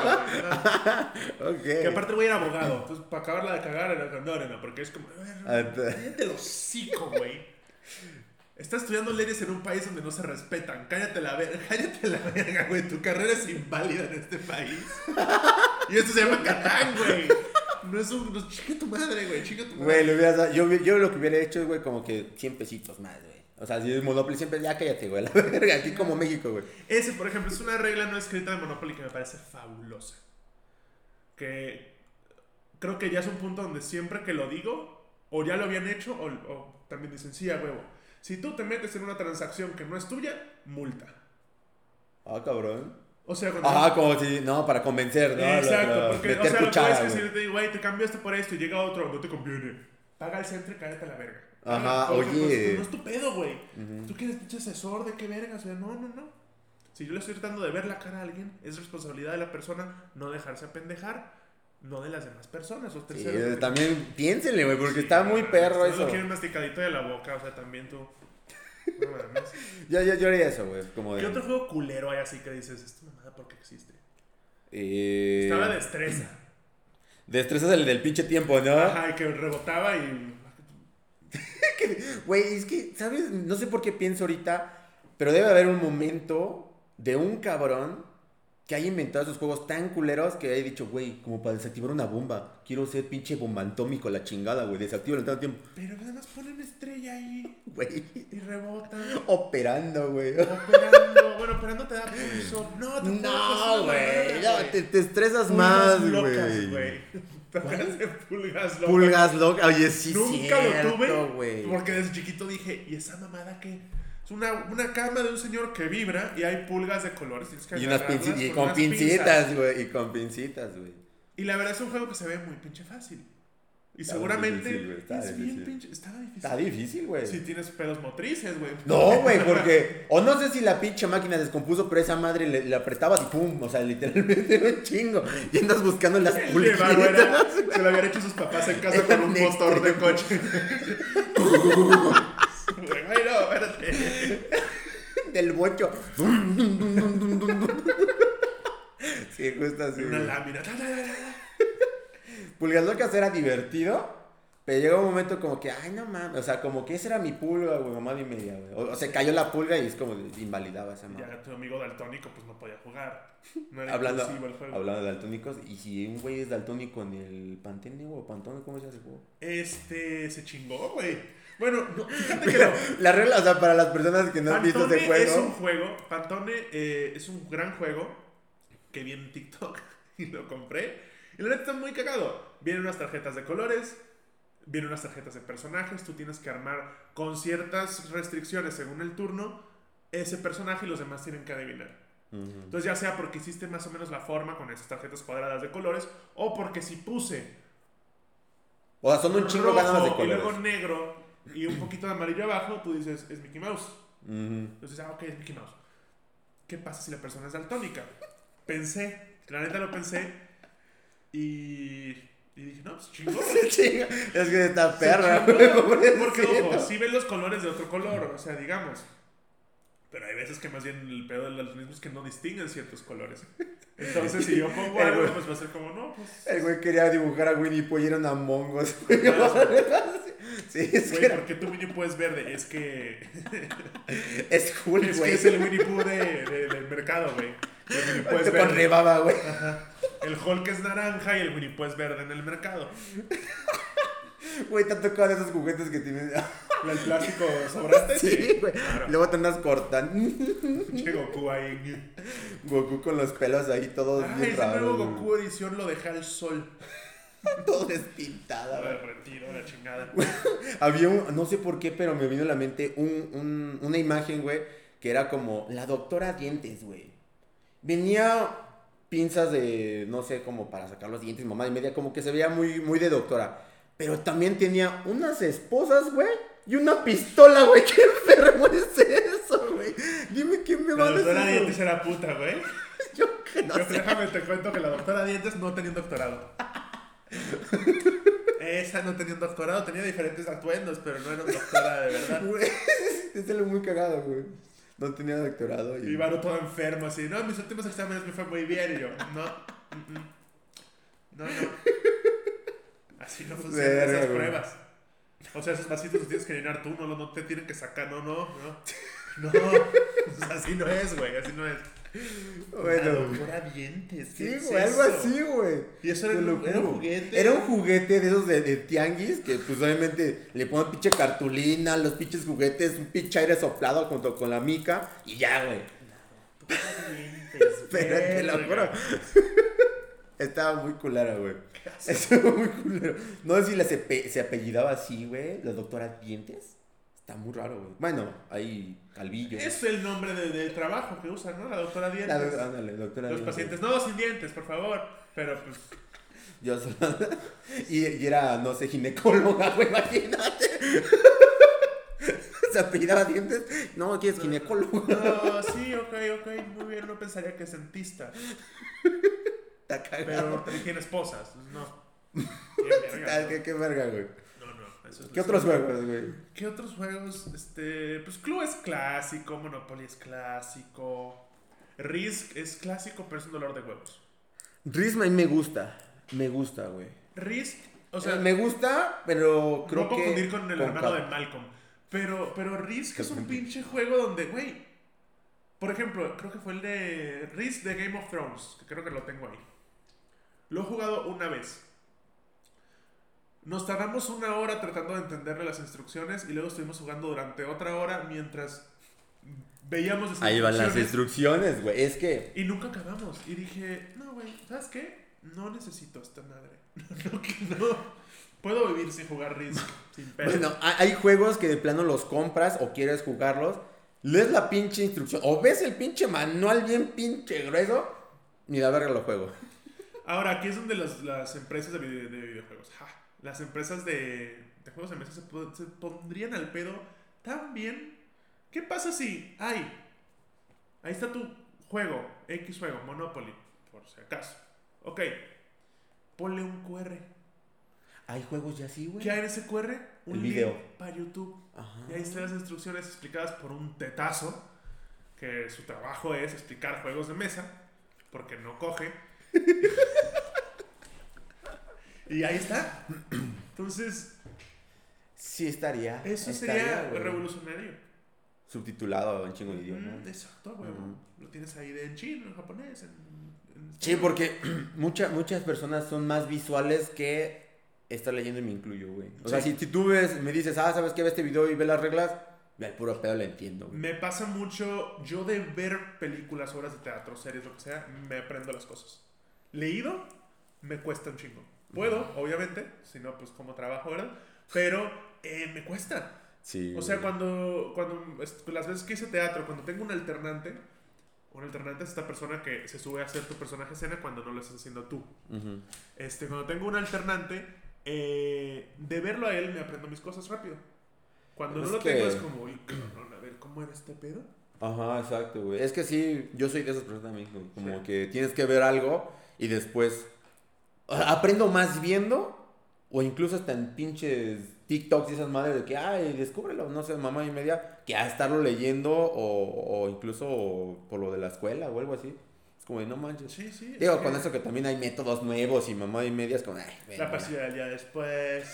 Que aparte el güey era abogado. Entonces, para acabarla de cagar, no, porque es como... Cállate el hocico, güey. Estás estudiando leyes en un país donde no se respetan. Cállate la verga, güey. Tu carrera es inválida en este país. Y esto se llama Catán, güey. No es un... Chinga tu madre, güey. Güey, yo lo que hubiera hecho, güey, como que 100 pesitos más, güey. O sea, si es Monopoly siempre, ya cállate, güey, la verga, aquí como México, güey. Ese, por ejemplo, es una regla no escrita de Monopoly que me parece fabulosa. Que creo que ya es un punto donde siempre que lo digo, o ya lo habían hecho, o también dicen, sí, a huevo. Si tú te metes en una transacción que no es tuya, multa. Ah, cabrón. O sea, como si, no, para convencer, ¿no? Exacto, porque, o sea, lo que es que si te digo, güey, te cambió esto por esto y llega otro, no te conviene. Paga el centro y cállate a la verga. Ajá, oye. No es tu pedo, güey. Tú quieres pinche asesor de qué vergas, o sea, no. Si yo le estoy tratando de ver la cara a alguien, es responsabilidad de la persona no dejarse apendejar, no de las demás personas. O terceros, sí, también piénsenle, güey, porque está muy perro eso. No lo quieren masticadito de la boca, o sea, también tú. No mames. Yo haría eso, güey. ¿Qué otro juego culero hay así que dices, esta mamada por qué existe? Estaba Destreza. Destreza es el del pinche tiempo, ¿no? Ajá, y que rebotaba y... Güey, es que, ¿sabes? No sé por qué pienso ahorita, pero debe haber un momento de un cabrón que haya inventado esos juegos tan culeros que haya dicho, güey, como para desactivar una bomba. Quiero ser pinche bombantómico la chingada, güey. Desactivo en tanto tiempo. Pero además ponen una estrella ahí. Güey. Y rebota. Operando, güey. Bueno, operando te da pulso. No, güey. No, te estresas más, güey. Pulgas locas. Oye, sí, nunca cierto, lo tuve, güey. Porque desde chiquito dije, ¿y esa mamada qué? Es una cama de un señor que vibra y hay pulgas de colores. Y unas pincitas, y con pincitas, güey. Y con pincitas, güey. Y la verdad es un juego que se ve muy pinche fácil. Y está seguramente difícil, es bien pinche. Estaba difícil. Está difícil, güey. Si tienes pedos motrices, güey. No, güey, porque. O no sé si la pinche máquina descompuso, pero esa madre le apretabas y pum. O sea, literalmente un chingo. Y andas buscando las pulgas. Se lo habían hecho sus papás en casa con un motor de coche. Ay, no, espérate. Del bocho. Sí, justo así. Una lámina. Pulgas locas era divertido, pero llegó un momento como que, ay, no mames, o sea, como que esa era mi pulga, güey, mamá y media, güey. O se cayó la pulga y es como invalidaba esa madre. Ya tu amigo daltónico, pues no podía jugar. No era hablando el juego. Hablando de daltónicos, y si un güey es daltónico en el Pantene o Pantone, ¿cómo se hace el juego? Se chingó, güey. Bueno, no, fíjate que no. La regla, o sea, para las personas que no han visto ese juego. Es un juego, Pantone es un gran juego que vi en TikTok y lo compré. Y la neta está muy cagado. Vienen unas tarjetas de colores, vienen unas tarjetas de personajes. Tú tienes que armar con ciertas restricciones según el turno ese personaje y los demás tienen que adivinar. Entonces ya sea porque hiciste más o menos la forma con esas tarjetas cuadradas de colores o porque si puse o sea, son un chingo ganas de colores y luego negro y un poquito de amarillo abajo, tú dices es Mickey Mouse. Entonces, ok, es Mickey Mouse. ¿Qué pasa si la persona es daltónica? La neta lo pensé. Y dije, no, pues chingón. Es que está perra. Porque, ojo, sí ven los colores de otro color, o sea, digamos. Pero hay veces que más bien el pedo del daltonismo es que no distinguen ciertos colores. Entonces, si yo pongo algo, pues va a ser como, no, pues... El güey quería dibujar a Winnie Pooh y eran Among Us. Sí, es güey, que... ¿por qué tu Winnie Pooh es verde? Es que... es cool, güey. Es que es el Winnie Pooh del mercado, güey. El Winnie Pooh es verde. Con rebaba, güey. Ajá. El Hulk es naranja y el Winnie Pooh es verde en el mercado. Güey, te han tocado esos juguetes que tienen... ¿El plástico sobrante? Sí, güey. Claro. Luego te andas cortando. Che, Goku ahí. Goku con los pelos ahí todos bien raros. Ese nuevo Goku edición lo dejé al sol. Todo despintado. Retiro, la chingada. Había no sé por qué, pero me vino a la mente una imagen, güey, que era como la doctora Dientes, güey. Venía pinzas de, no sé, como para sacar los dientes, mamá y media, como que se veía muy, muy de doctora. Pero también tenía unas esposas, güey, y una pistola, güey. ¿Qué enfermo es eso, güey? Dime quién me va a decir. La doctora Dientes era puta, güey. Yo que no sé. Déjame te cuento que la doctora Dientes no tenía un doctorado. Esa no tenía un doctorado, tenía diferentes atuendos, pero no era una doctora de verdad. Güey, es algo muy cagado, güey. No tenía doctorado. Y Varo todo enfermo, así, no, mis últimos exámenes me fue muy bien. Y yo, no. Así no funcionan esas pruebas. O sea, esos vasitos los tienes que llenar tú, no te tienen que sacar, no. Así no es, güey, así no es. Bueno, la doctora Dientes. Sí, güey, algo así, güey. Y eso era un juguete. Era un juguete de esos de tianguis que, pues, obviamente le ponen pinche cartulina, los pinches juguetes, un pinche aire soplado junto con la mica y ya, güey. La doctora Dientes. Espérate, la juro. Estaba muy culera, güey. Estaba muy culera. No sé si se apellidaba así, güey, la doctora Dientes. Está muy raro, güey. Bueno, ahí, Calvillo. Es el nombre del trabajo que usan, ¿no? La doctora Dientes. Ándale, doctora Los Dientes. pacientes, no, sin dientes, por favor. Pero, pues... Yo solo... y era, no sé, ginecóloga, güey, imagínate. ¿Se apellidaba Dientes? No, aquí es ginecólogo. No, sí, ok, muy bien. No pensaría que es dentista. Está cagado. Pero también tiene esposas, no. ¿Qué verga, güey? Eso es ¿Qué otros juegos, güey? ¿Qué otros juegos? Pues Clue es clásico, Monopoly es clásico, Risk es clásico, pero es un dolor de huevos. Risk a mí me gusta, güey. Risk, o sea... me gusta, pero creo que... No confundir con el hermano de Malcolm. Pero Risk es un pinche juego donde, güey... Por ejemplo, creo que fue el de Risk de Game of Thrones, que creo que lo tengo ahí. Lo he jugado una vez. Nos tardamos 1 hora tratando de entenderle las instrucciones y luego estuvimos jugando durante otra hora mientras veíamos las Ahí van las instrucciones, güey. Es que... Y nunca acabamos. Y dije, no, güey, ¿sabes qué? No necesito esta madre. No. Puedo vivir sin jugar Risk, sin pedo. Bueno, hay juegos que de plano los compras o quieres jugarlos, lees la pinche instrucción o ves el pinche manual bien pinche grueso, ni la verga lo juego. Ahora, aquí es donde las empresas de videojuegos... Las empresas de juegos de mesa se pondrían al pedo tan bien. ¿Qué pasa si ahí está tu juego, X juego, Monopoly, por si acaso? Ok, ponle un QR. Hay juegos ya así, güey. ¿Qué hay en ese QR? Un video link para YouTube. Ajá. Y ahí están las instrucciones explicadas por un tetazo, que su trabajo es explicar juegos de mesa, porque no coge. Y ahí está. Entonces... Sí estaría. Eso sería revolucionario. Subtitulado en chingo de idioma. Exacto, güey. Lo tienes ahí en chino, en japonés, Sí, porque muchas personas son más visuales que estar leyendo y me incluyo, güey. O sea, si tú me dices, ¿sabes qué? Ve este video y ve las reglas, al puro pedo le entiendo, güey. Me pasa mucho, yo de ver películas, obras de teatro, series, lo que sea, me aprendo las cosas. Leído, me cuesta un chingo. Puedo, obviamente, si no, pues como trabajo, ¿verdad? Pero me cuesta. Sí. O sea, cuando las veces que hice teatro, cuando tengo un alternante es esta persona que se sube a hacer tu personaje escena cuando no lo estás haciendo tú. Uh-huh. Cuando tengo un alternante, de verlo a él me aprendo mis cosas rápido. Cuando no lo tengo es como, uy, cabrón, a ver, ¿cómo era este pedo? Ajá, exacto, güey. Es que sí, yo soy de esas personas también, güey. Como que tienes que ver algo y después... Aprendo más viendo, o incluso hasta en pinches TikToks y esas madres de que, descúbrelo, no sé, mamá y media, que a estarlo leyendo o incluso por lo de la escuela o algo así. Es como de, no manches. Sí. Digo, con eso que también hay métodos nuevos y mamá y media es como, la pasiva del día después,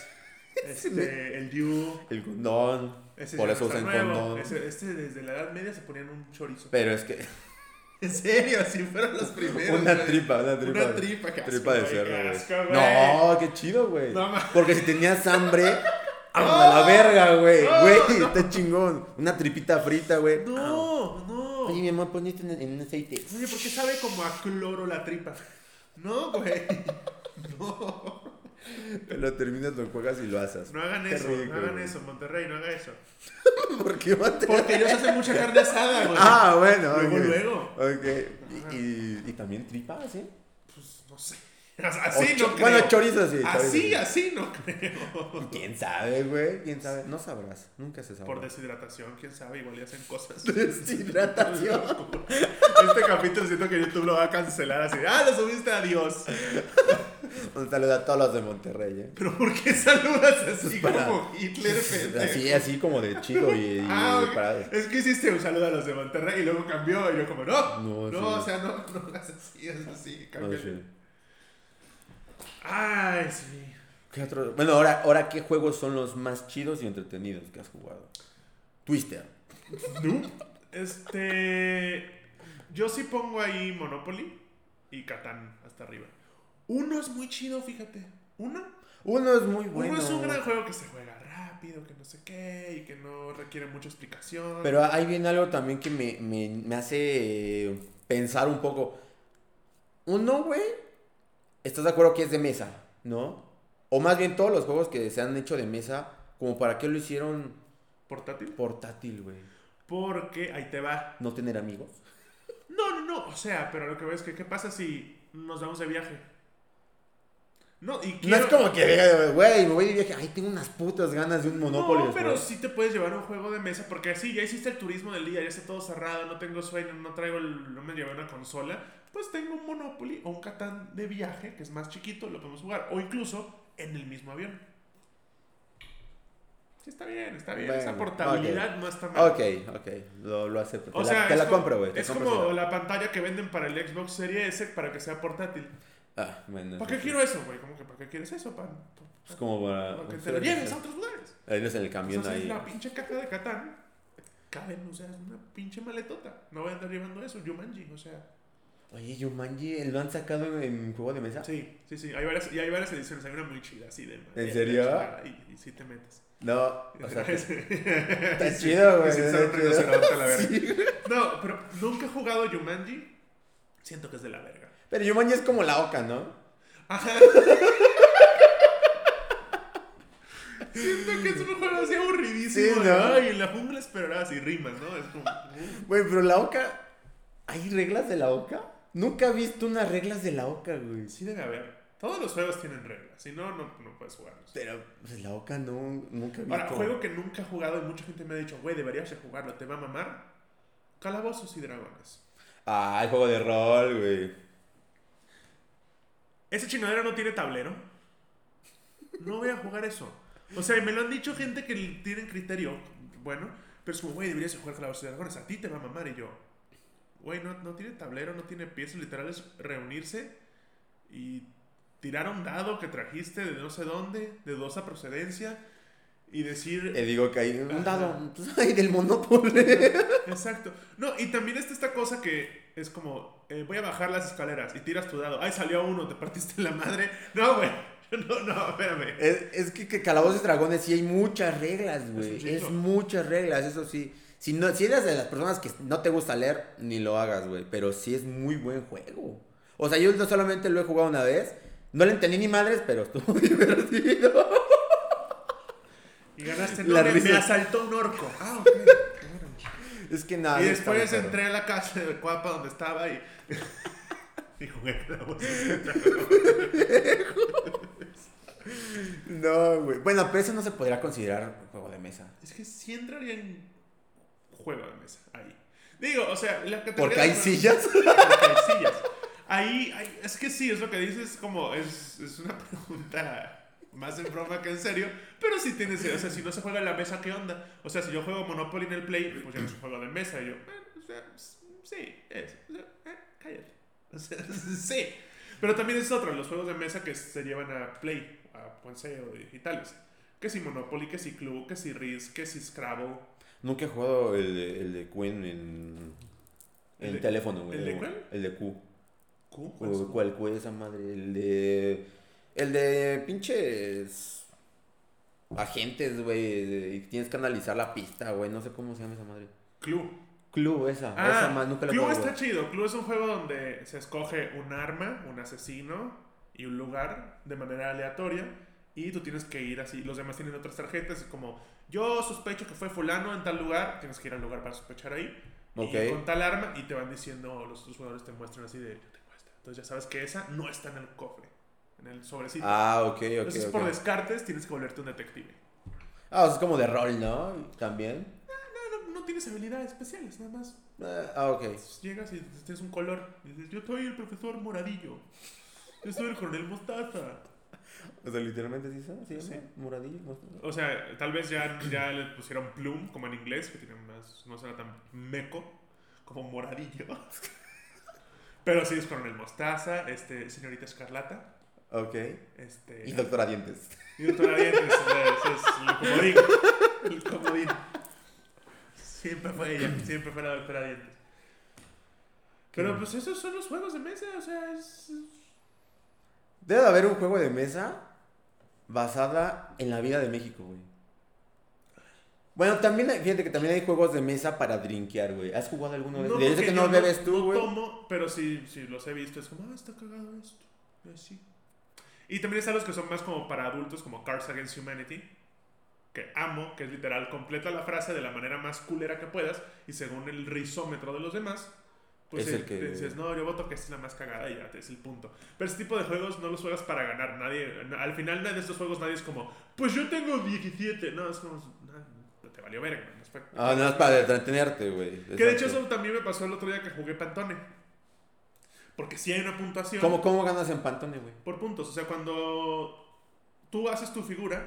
el DIU. El condón, por eso usan condón. Desde la Edad Media se ponían un chorizo. Pero es que... En serio, así fueron los primeros. Una tripa, tripa de cerdo, güey. No, qué chido, güey. No, porque si tenías hambre, a la verga, güey. Güey, está chingón. Una tripita frita, güey. No. Oye, mi amor, poniste en aceite. Oye, ¿por qué sabe como a cloro la tripa? No, güey. No. Lo terminas, lo juegas y lo asas. No hagan eso, Monterrey, no haga eso. ¿Por qué Monterrey? Porque ellos hacen mucha carne asada, güey. Bueno. Luego. Ok. ¿Y también tripa, sí? Pues no sé. Así no creo. Bueno, chorizo sí. Así no creo. ¿Quién sabe, güey? ¿Quién sabe? No sabrás. Nunca se sabe. Por deshidratación, quién sabe. Igual ya hacen cosas. Deshidratación. Este capítulo siento que YouTube lo va a cancelar así. Lo subiste a Dios. Un saludo a todos los de Monterrey, ¿Pero por qué saludas así como Hitler, pendejo? Así como de chido y okay. Es que hiciste un saludo a los de Monterrey y luego cambió y yo como, no, sí. O sea, no hagas así, es así, cambia. Sí. Ay, sí. ¿Qué otro? Bueno, ahora, ¿qué juegos son los más chidos y entretenidos que has jugado? Twister. ¿No? Yo sí pongo ahí Monopoly y Catán hasta arriba. Uno es muy chido, fíjate. Uno es muy bueno. Uno es un gran juego que se juega rápido, que no sé qué, y que no requiere mucha explicación. Pero ahí viene algo también que me hace pensar un poco. Uno, güey, ¿estás de acuerdo que es de mesa, no? O más bien todos los juegos que se han hecho de mesa, como para qué lo hicieron... ¿Portátil? Portátil, güey. Porque, ahí te va. ¿No tener amigos? No. O sea, pero lo que veo es que, ¿qué pasa si nos vamos de viaje? No es como que, güey, me voy de viaje. Ay, tengo unas putas ganas de un Monopoly. No, pero sí te puedes llevar un juego de mesa. Porque así, ya hiciste el turismo del día, ya está todo cerrado, no tengo sueño, no me llevé una consola. Pues tengo un Monopoly o un Catán de viaje, que es más chiquito, lo podemos jugar. O incluso en el mismo avión. Sí, está bien. Bueno, esa portabilidad no está mal. Ok, lo acepto. O sea, te la compro, güey. Es como la pantalla que venden para el Xbox Series S para que sea portátil. Bueno. ¿Para qué quiero eso, güey? ¿Cómo que para qué quieres eso? Es como para que te lo lleves a otros lugares. Ahí en el camión ahí. La pinche caja de Catán caben, o sea, es una pinche maletota. No voy a andar llevando eso, Jumanji, o sea. Oye, Jumanji, ¿lo han sacado en juego de mesa? Sí. Hay varias ediciones, hay una muy chida, así de... ¿En serio? Y sí te metes. No, o sea, está chido, güey. No, pero nunca he jugado Jumanji. Siento que es de la verga. Pero Jumanji es como la Oca, ¿no? Ajá. Siento que es un juego así aburridísimo. Sí, ¿no? Y en la jungla esperarás y rimas, ¿no? Es como... Güey, pero la Oca... ¿Hay reglas de la Oca? Nunca he visto unas reglas de la Oca, güey. Sí debe haber. Todos los juegos tienen reglas. Si no, no puedes jugarlos. Pero pues, la Oca nunca he visto. Ahora, juego que nunca he jugado y mucha gente me ha dicho, güey, deberías de jugarlo, te va a mamar. Calabozos y Dragones. El juego de rol, güey. Ese chingadero no tiene tablero. No voy a jugar eso. O sea, me lo han dicho gente que tienen criterio. Bueno, pero es como, güey, deberías de jugar Calabozos y Dragones. A ti te va a mamar. Y yo, güey, no tiene tablero, no tiene piezas. Literal es reunirse y tirar un dado que trajiste de no sé dónde, de dudosa procedencia, y decir... digo que hay un dado, pues hay del Monopoly. Exacto. No, y también está esta cosa que es como, voy a bajar las escaleras y tiras tu dado. Ay, salió uno, te partiste la madre. No, güey. No, espérame. Es que Calabozos y Dragones sí hay muchas reglas, güey. Es muchas reglas, eso sí. Si eres de las personas que no te gusta leer, ni lo hagas, güey. Pero sí es muy buen juego. O sea, yo no solamente lo he jugado una vez. No le entendí ni madres, pero estuvo divertido. Y ganaste, me asaltó un orco. Ok. Es que nada. Y después entré a la casa de Cuapa donde estaba y jugué Calabozos y Dragones. No, güey. Bueno, pero eso no se podría considerar un juego de mesa. Es que sí entraría en juego de mesa ahí. Digo, o sea, la categoría... ¿Porque hay sillas? Porque hay sillas. Ahí, es que sí, es lo que dices, como es una pregunta más en broma que en serio, pero sí tienes, o sea, si no se juega en la mesa, ¿qué onda? O sea, si yo juego Monopoly en el Play, pues ya no es un juego de mesa, y yo, o sea, sí, cállate. O sea, sí. Pero también es otro, los juegos de mesa que se llevan a Play, a Ponce o digitales. Que si Monopoly, que si Club, que si Risk, que si Scrabble. Nunca he jugado el de Queen en teléfono, güey. ¿El de cuál? El de Q. ¿Cuál es esa madre? El de pinches agentes, güey. Tienes que analizar la pista, güey. No sé cómo se llama esa madre. Club, esa más nunca la he jugado. Club está chido. Club es un juego donde se escoge un arma, un asesino y un lugar de manera aleatoria. Y tú tienes que ir así. Los demás tienen otras tarjetas. Es como, yo sospecho que fue fulano en tal lugar. Tienes que ir al lugar para sospechar ahí. Okay. Y con tal arma. Y te van diciendo, los otros jugadores te muestran así de, yo tengo esta. Entonces ya sabes que esa no está en el cofre. En el sobrecito. Ok. Entonces por descartes tienes que volverte un detective. O sea, es como de rol, ¿no? También. No tienes habilidades especiales, nada más. Ok. Llegas y tienes un color. Y dices, yo soy el profesor Moradillo. Yo soy el coronel Mostaza. O sea, literalmente sí, sí. Moradillo, Mostaza. O sea, tal vez ya le pusieron plum, como en inglés, que tiene más, no será tan meco, como moradillo. Pero sí es coronel Mostaza, señorita Escarlata. Ok. Y doctora Dientes. Y doctora Dientes, es el comodín. El comodín. Siempre fue ella, siempre fue la doctora Dientes. Pero pues esos son los juegos de mesa, o sea, Debe de haber un juego de mesa basada en la vida de México, güey. Bueno, también, fíjate que también hay juegos de mesa para drinkear, güey. ¿Has jugado alguno de esos? No, que no bebes tú, güey. No tomo, pero sí los he visto. Es como, está cagado esto. Sí. Y también están los que son más como para adultos, como Cards Against Humanity. Que amo, que es literal, completa la frase de la manera más culera que puedas. Y según el rizómetro de los demás, pues es el que dices, no, yo voto que esta es la más cagada y ya es el punto. Pero este tipo de juegos no los juegas para ganar. Al final de estos juegos nadie es como, pues yo tengo 17. No, es como, te valió verga. No es para entretenerte, güey. Que de hecho eso también me pasó el otro día que jugué Pantone. Porque si hay una puntuación. ¿Cómo ganas en Pantone, güey? Por puntos. O sea, cuando tú haces tu figura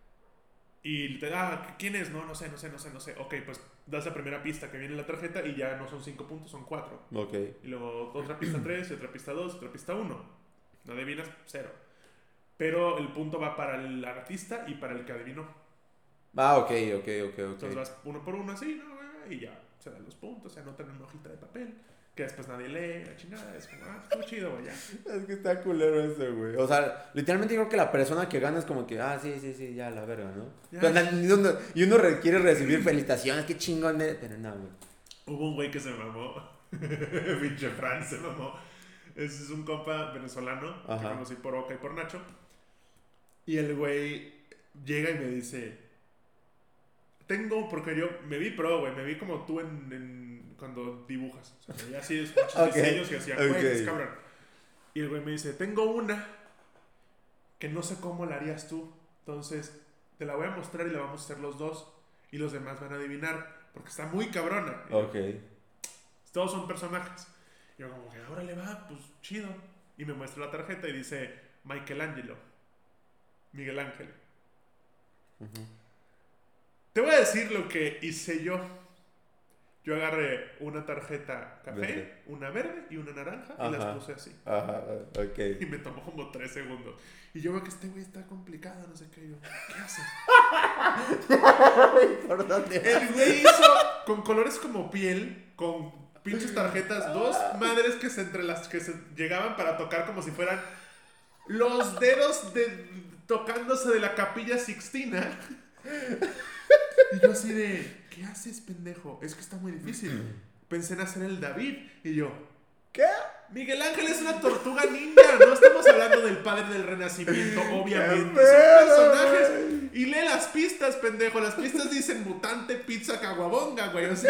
y te ¿quién es? No sé. Ok, pues das la primera pista que viene en la tarjeta y ya no son 5 puntos, son 4. Ok. Y luego otra pista 3, y otra pista 2, otra pista 1. No adivinas, 0. Pero el punto va para el artista y para el que adivinó. Ok. Entonces vas uno por uno así, ¿no? Y ya se dan los puntos, se anotan en una hojita de papel, que después nadie lee, la chingada. Es como, estuvo chido, güey, ya. Es que está culero eso, güey. O sea, literalmente creo que la persona que gana es como que, sí, ya, la verga, ¿no? Y uno quiere recibir felicitaciones, qué chingón, pero no, güey. Hubo un güey que se mamó, pinche Fran se mamó. Es un compa venezolano, que conocí por Oca y por Nacho. Y el güey llega y me dice... porque yo me vi pro, güey, me vi como tú cuando dibujas. O sea, me vi así de muchos diseños que hacían, güey, es cabrón. Y el güey me dice, tengo una que no sé cómo la harías tú. Entonces, te la voy a mostrar y la vamos a hacer los dos. Y los demás van a adivinar, porque está muy cabrona. Todos son personajes. Y yo como que, ahora le va, pues chido. Y me muestra la tarjeta y dice, Miguel Ángel. Te voy a decir lo que hice yo. Yo agarré una tarjeta café, una verde y una naranja y las puse así. Ok. Y me tomó como 3 segundos. Y yo veo que este güey está complicado, no sé qué. Y yo, ¿qué hace? ¿Por dónde? El güey hizo con colores como piel, con pinches tarjetas, 2 madres que se llegaban para tocar como si fueran los dedos tocándose de la Capilla Sixtina. Y yo así de, ¿qué haces, pendejo? Es que está muy difícil. Pensé en hacer el David. Y yo, ¿qué? Miguel Ángel es una tortuga ninja. No estamos hablando del padre del Renacimiento, obviamente. Son personajes. Y lee las pistas, pendejo. Las pistas dicen mutante, pizza, caguabonga, güey. O sea...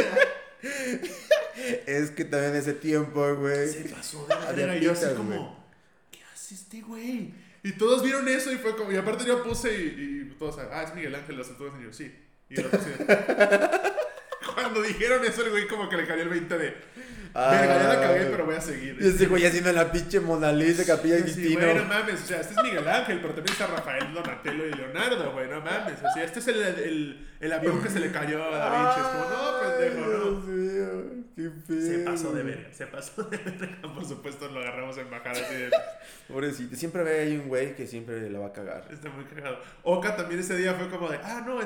Es que también ese tiempo, güey. Se pasó de madera. Y yo así como, ¿qué hace este güey? Y todos vieron eso y fue como... Y aparte yo puse y todos, es Miguel Ángel, las tortugas. Y yo, sí. Y el otro así cuando dijeron eso, el güey como que le cayó el 20 de... Verga, ya la cagué, pero voy a seguir. Y ese güey haciendo la pinche Mona Lisa de Capilla Sixtina. Güey, no mames, o sea, este es Miguel Ángel, pero también está Rafael, Donatello y Leonardo, güey, no mames. O sea, este es el avión que se le cayó a Da Vinci. Es como, no, pendejo, no. Dios mío, qué pedo. Se pasó de verga. Por supuesto, lo agarramos en bajada así de... Pobrecito, siempre hay un güey que siempre la va a cagar. Está muy cagado. Oka también ese día fue como de, no,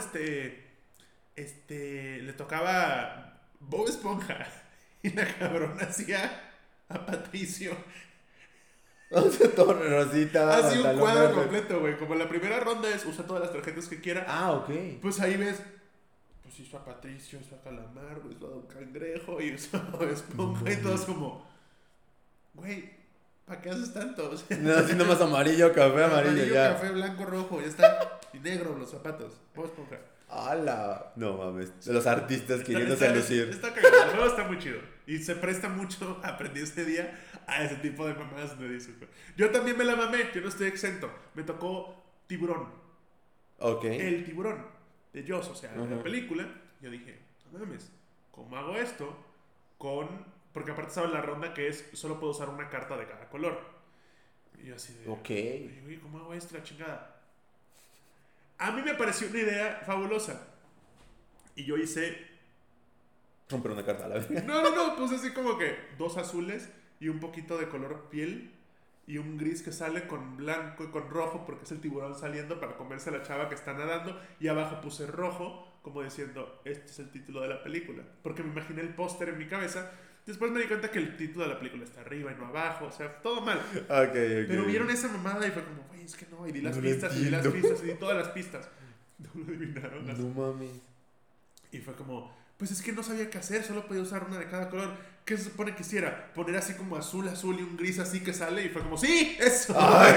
le tocaba Bob Esponja. Y la cabrona hacía a Patricio. O sea, todo rosita. Así un cuadro completo, güey. Como la primera ronda es usa todas las tarjetas que quiera. Ok. Pues ahí ves. Pues hizo a Patricio, hizo a Calamar, hizo a Don Cangrejo, y hizo a Bob Esponja. Y todos como, güey, ¿para qué haces tanto? O sea, no, así nomás amarillo, café, amarillo, ya. Café, blanco, rojo, ya está. Y negro los zapatos. Bob Esponja. ¡Hala! No mames. Los artistas queriéndose lucir. Está cagado. El juego está muy chido. Y se presta mucho, aprendí este día, a ese tipo de mamadas de Disney. Yo también me la mamé, yo no estoy exento. Me tocó Tiburón. Ok. El tiburón de Jaws, o sea, de la película. Yo dije, no mames, ¿cómo hago esto? Porque aparte estaba en la ronda que es, solo puedo usar una carta de cada color. Y yo así de... Ok. Oye, ¿cómo hago esto? La chingada. A mí me pareció una idea fabulosa. Y yo hice... Romper una carta a la vez. No, pues así como que 2 azules y un poquito de color piel y un gris que sale con blanco y con rojo porque es el tiburón saliendo para comerse a la chava que está nadando, y abajo puse rojo como diciendo, este es el título de la película, porque me imaginé el póster en mi cabeza. Después me di cuenta que el título de la película está arriba y no abajo, o sea, todo mal. Okay. Pero vieron esa mamada y fue como, güey, es que no, y di las pistas, y di las pistas, y di todas las pistas. No lo adivinaron. No mames. Y fue como, pues es que no sabía qué hacer, solo podía usar una de cada color. ¿Qué se supone que hiciera? Poner así como azul y un gris así que sale, y fue como, ¡sí! ¡Eso!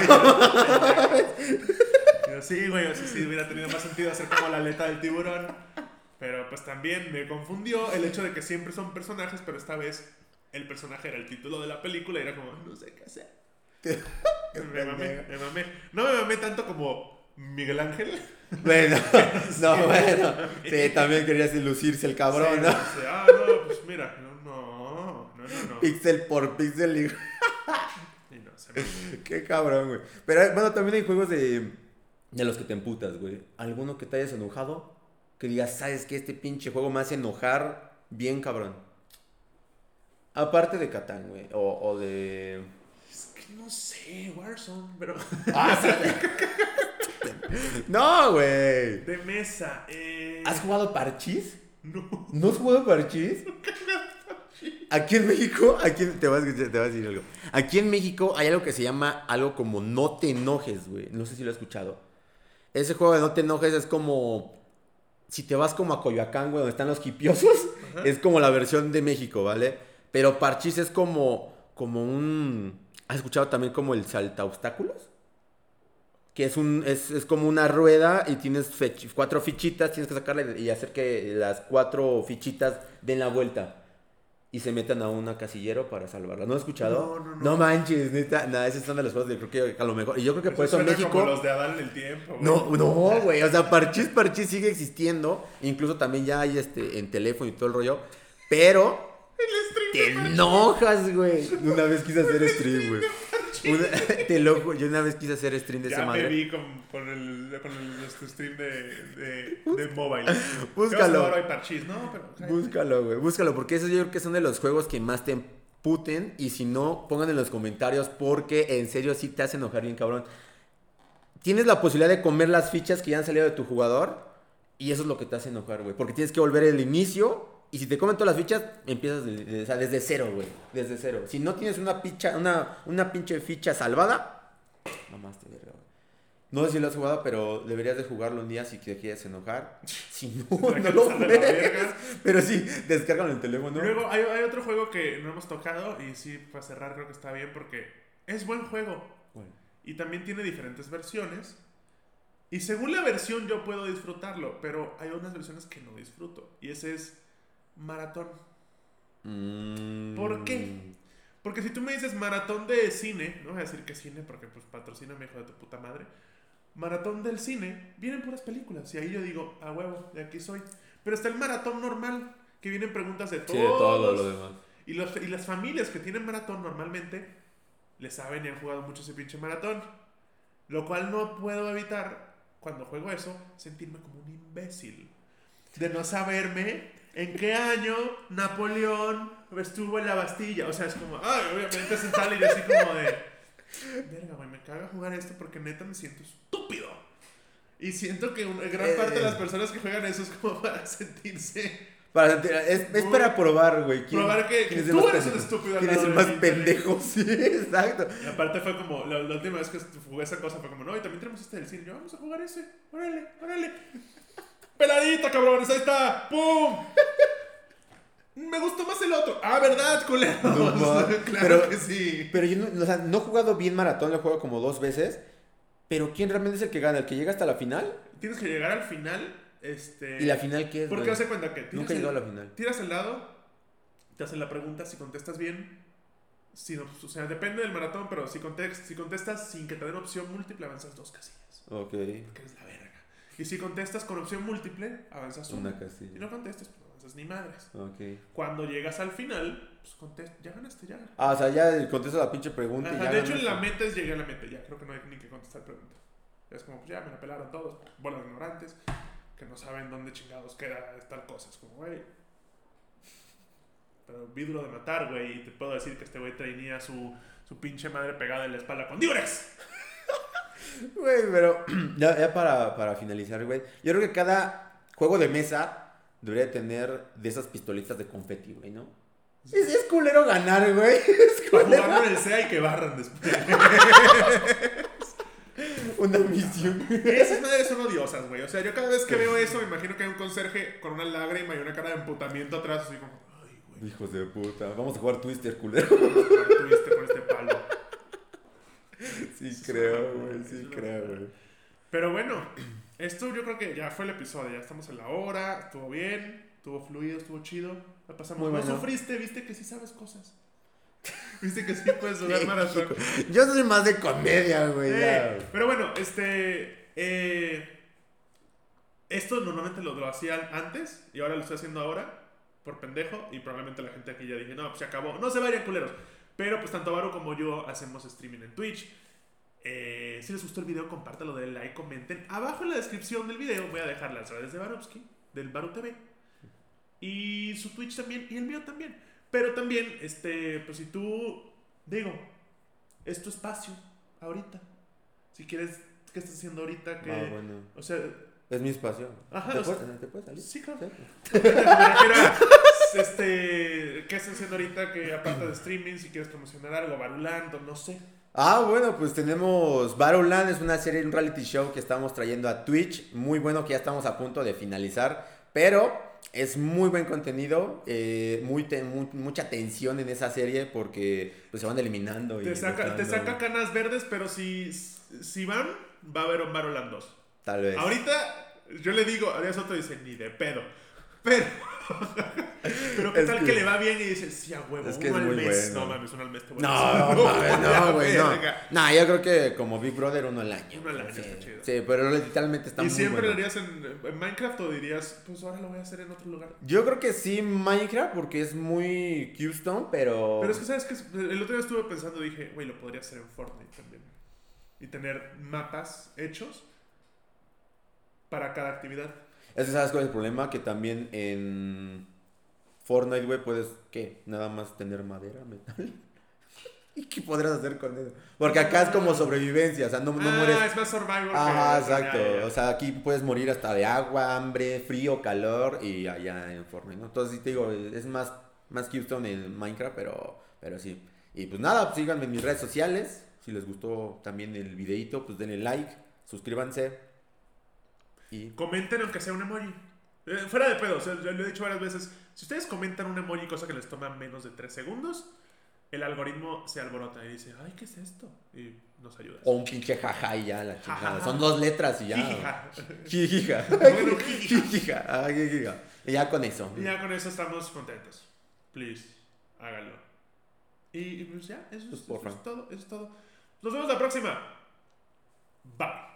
Pero sí, güey, o sea, sí hubiera tenido más sentido hacer como la aleta del tiburón. Pero pues también me confundió el hecho de que siempre son personajes, pero esta vez el personaje era el título de la película y era como, no sé qué hacer. me mamé. No me mamé tanto como Miguel Ángel. Bueno, bueno. Sí, también querías lucirse el cabrón, ¿no? No, pues mira, no. Píxel por píxel. Y no, qué cabrón, güey. Pero bueno, también hay juegos de los que te emputas, güey. ¿Alguno que te hayas enojado? Que digas, ¿sabes qué? Este pinche juego me hace enojar bien cabrón. Aparte de Catán, güey. O de... Es que no sé, Warzone, pero... No, güey. De mesa, ¿Has jugado Parchís? No. ¿No has jugado Parchís? Aquí en México, te vas a decir algo. Aquí en México hay algo que se llama algo como No Te Enojes, güey. No sé si lo has escuchado. Ese juego de No Te Enojes es como... Si te vas como a Coyoacán, güey, donde están los hipiosos, es como la versión de México, ¿vale? Pero Parchís es como un... ¿Has escuchado también como el salta obstáculos? Que es como una rueda y tienes 4 fichitas, tienes que sacarla y hacer que las 4 fichitas den la vuelta y se metan a un casillero para salvarla. ¿No has escuchado? No manches, neta. Nada, esos son de los juegos de creo que a lo mejor. Y yo creo que por eso México. Como los de Adán en el tiempo, güey. No, güey. O sea, Parchís sigue existiendo. Incluso también ya hay en teléfono y todo el rollo. Pero. Te enojas, güey. Una vez quise hacer stream, güey. Te loco, yo una vez quise hacer stream de esa madre. Ya me vi con el stream de mobile. Búscalo. Ahora hay Parchís, ¿no? Pero, búscalo, güey. Búscalo, porque esos yo creo que son de los juegos que más te emputen. Y si no, pongan en los comentarios porque en serio sí te hace enojar bien, cabrón. Tienes la posibilidad de comer las fichas que ya han salido de tu jugador. Y eso es lo que te hace enojar, güey. Porque tienes que volver al inicio. Y si te comen todas las fichas, empiezas desde cero, güey. Desde cero. Si no tienes una pinche ficha salvada, mamaste, verga, güey. No sé si lo has jugado, pero deberías de jugarlo un día si te quieres enojar. Si no, no lo juegues. Pero sí, descárgalo en el teléfono. Luego hay otro juego que no hemos tocado y sí, para cerrar creo que está bien porque es buen juego. Bueno. Y también tiene diferentes versiones. Y según la versión yo puedo disfrutarlo, pero hay unas versiones que no disfruto. Y ese es... Maratón. ¿Por qué? Porque si tú me dices maratón de cine, no voy a decir que cine porque pues patrocíname, hijo de tu puta madre. Maratón del cine, vienen puras películas y ahí yo digo, a huevo, de aquí soy. Pero está el maratón normal, que vienen preguntas de todos. Sí, de todo lo demás. Y las familias que tienen maratón normalmente le saben y han jugado mucho ese pinche maratón. Lo cual no puedo evitar, cuando juego eso, sentirme como un imbécil. De no saberme en qué año Napoleón estuvo en la Bastilla. O sea, es como, obviamente es tal y yo así como de... Verga, güey, me caga jugar esto porque neta me siento estúpido. Y siento que gran parte de las personas que juegan eso es como para sentirse... Es para probar, güey. Probar que tú eres un estúpido. ¿Quién es el más pendejo? Sí, exacto. Y aparte fue como, la última vez que jugué esa cosa fue como, no, y también tenemos este del cine. Yo, vamos a jugar ese. Órale. Peladita, cabrones, ahí está. ¡Pum! Me gustó más el otro. ¿Verdad, culero? No, claro que sí. Pero yo no he jugado bien maratón, lo he jugado como 2 veces. Pero ¿quién realmente es el que gana? ¿El que llega hasta la final? Tienes que llegar al final. ¿Y la final qué es? Porque hace cuenta que nunca he llegado a la final. Tiras el dado, te hacen la pregunta, si contestas bien. Si no, o sea, depende del maratón, pero si contestas sin que te den opción múltiple, avanzas 2 casillas. Ok. Porque es la verga. Y si contestas con opción múltiple, avanzas una casilla. Si no contestas, pues Entonces, ni madres. Ok. Cuando llegas al final, pues contesta, ya ganaste, ya. O sea, ya contestas la pinche pregunta y ya de hecho, en la meta llegué a la meta, ya. Creo que no hay ni que contestar preguntas. Es como, pues ya me la pelaron todos, bolas de ignorantes, que no saben dónde chingados queda tal cosa. Es como, güey. Pero vi duro de matar, güey, y te puedo decir que este güey tenía su pinche madre pegada en la espalda con Durex. Güey, pero ya para finalizar, güey. Yo creo que cada juego de mesa debería tener de esas pistolitas de confeti, güey, ¿no? Sí. Es culero ganar, güey. Es culero. Para jugarlo en el SEA y que barran después. Una misión. Esas madres son odiosas, güey. O sea, yo cada vez que veo eso me imagino que hay un conserje con una lágrima y una cara de emputamiento atrás, así como, ay, güey. Hijos de puta. Vamos a jugar Twister, culero. Vamos a jugar Twister con este palo. Sí creo, güey. Sí creo, güey. Pero bueno, esto yo creo que ya fue el episodio. Ya estamos en la hora. Estuvo bien. Estuvo fluido. Estuvo chido. La pasamos. Muy bueno. No sufriste. Viste que sí sabes cosas. Viste que sí puedes jugar maratón. Yo soy más de comedia, güey. Pero bueno, esto normalmente lo hacía antes. Y ahora lo estoy haciendo ahora. Por pendejo. Y probablemente la gente aquí ya dije, no, pues se acabó. No se vayan, culeros. Pero pues tanto Baru como yo hacemos streaming en Twitch. Si les gustó el video, compártalo, denle like, comenten. Abajo en la descripción del video voy a dejar las redes de Barovsky, del Baru TV. Y su Twitch también, y el mío también. Pero también, pues si tú, es tu espacio ahorita. Si quieres, ¿qué estás haciendo ahorita? Bueno. O sea... Es mi espacio. Ajá. ¿Te puedes salir? Sí, claro. Me refiero a... ¿qué estás haciendo ahorita que aparte de streaming, si quieres promocionar algo, Baruland o no sé? Bueno, pues tenemos Baruland, es una serie, un reality show que estamos trayendo a Twitch, muy bueno, que ya estamos a punto de finalizar, pero es muy buen contenido, mucha tensión en esa serie porque pues, se van eliminando. Te saca canas verdes, pero si van, va a haber un Baruland 2. Tal vez. Ahorita, yo le digo, Arias Soto dice, ni de pedo. Pero qué tal que le va bien y dice, sí, a huevo, es que uno es al muy mes. Bueno. No mames, uno al mes te voy no, güey, no. No, yo creo que como Big Brother, uno al año. Uno al año, está chido. Sí, pero literalmente está muy bueno. ¿Y siempre lo harías en Minecraft o dirías, pues ahora lo voy a hacer en otro lugar? Yo creo que sí Minecraft porque es muy custom, pero... Pero es que, ¿sabes qué? El otro día estuve pensando, dije, güey, lo podría hacer en Fortnite también. Y tener mapas hechos para cada actividad. Es que sabes cuál es el problema, que también en Fortnite, güey, puedes, ¿qué? Nada más tener madera, metal. ¿Y qué podrás hacer con eso? Porque acá es como sobrevivencia, o sea, no mueres. Es más survival. Ajá, exacto. Ya. O sea, aquí puedes morir hasta de agua, hambre, frío, calor y allá en Fortnite, ¿no? Entonces, sí te digo, es más Keystone en Minecraft, pero sí. Y pues nada, pues síganme en mis redes sociales. Si les gustó también el videito, pues denle like, suscríbanse. Y comenten aunque sea un emoji. Fuera de pedo, o sea, yo lo he dicho varias veces. Si ustedes comentan un emoji, cosa que les toma menos de 3 segundos, el algoritmo se alborota y dice, ay, ¿qué es esto? Y nos ayuda. O un pinche jaja y ya, la chingada. Son 2 letras y ya. Jijija. Bueno, jijija. Y ya con eso. Y ya con eso estamos contentos. Please, háganlo. Y pues ya, eso es todo. Nos vemos la próxima. Bye.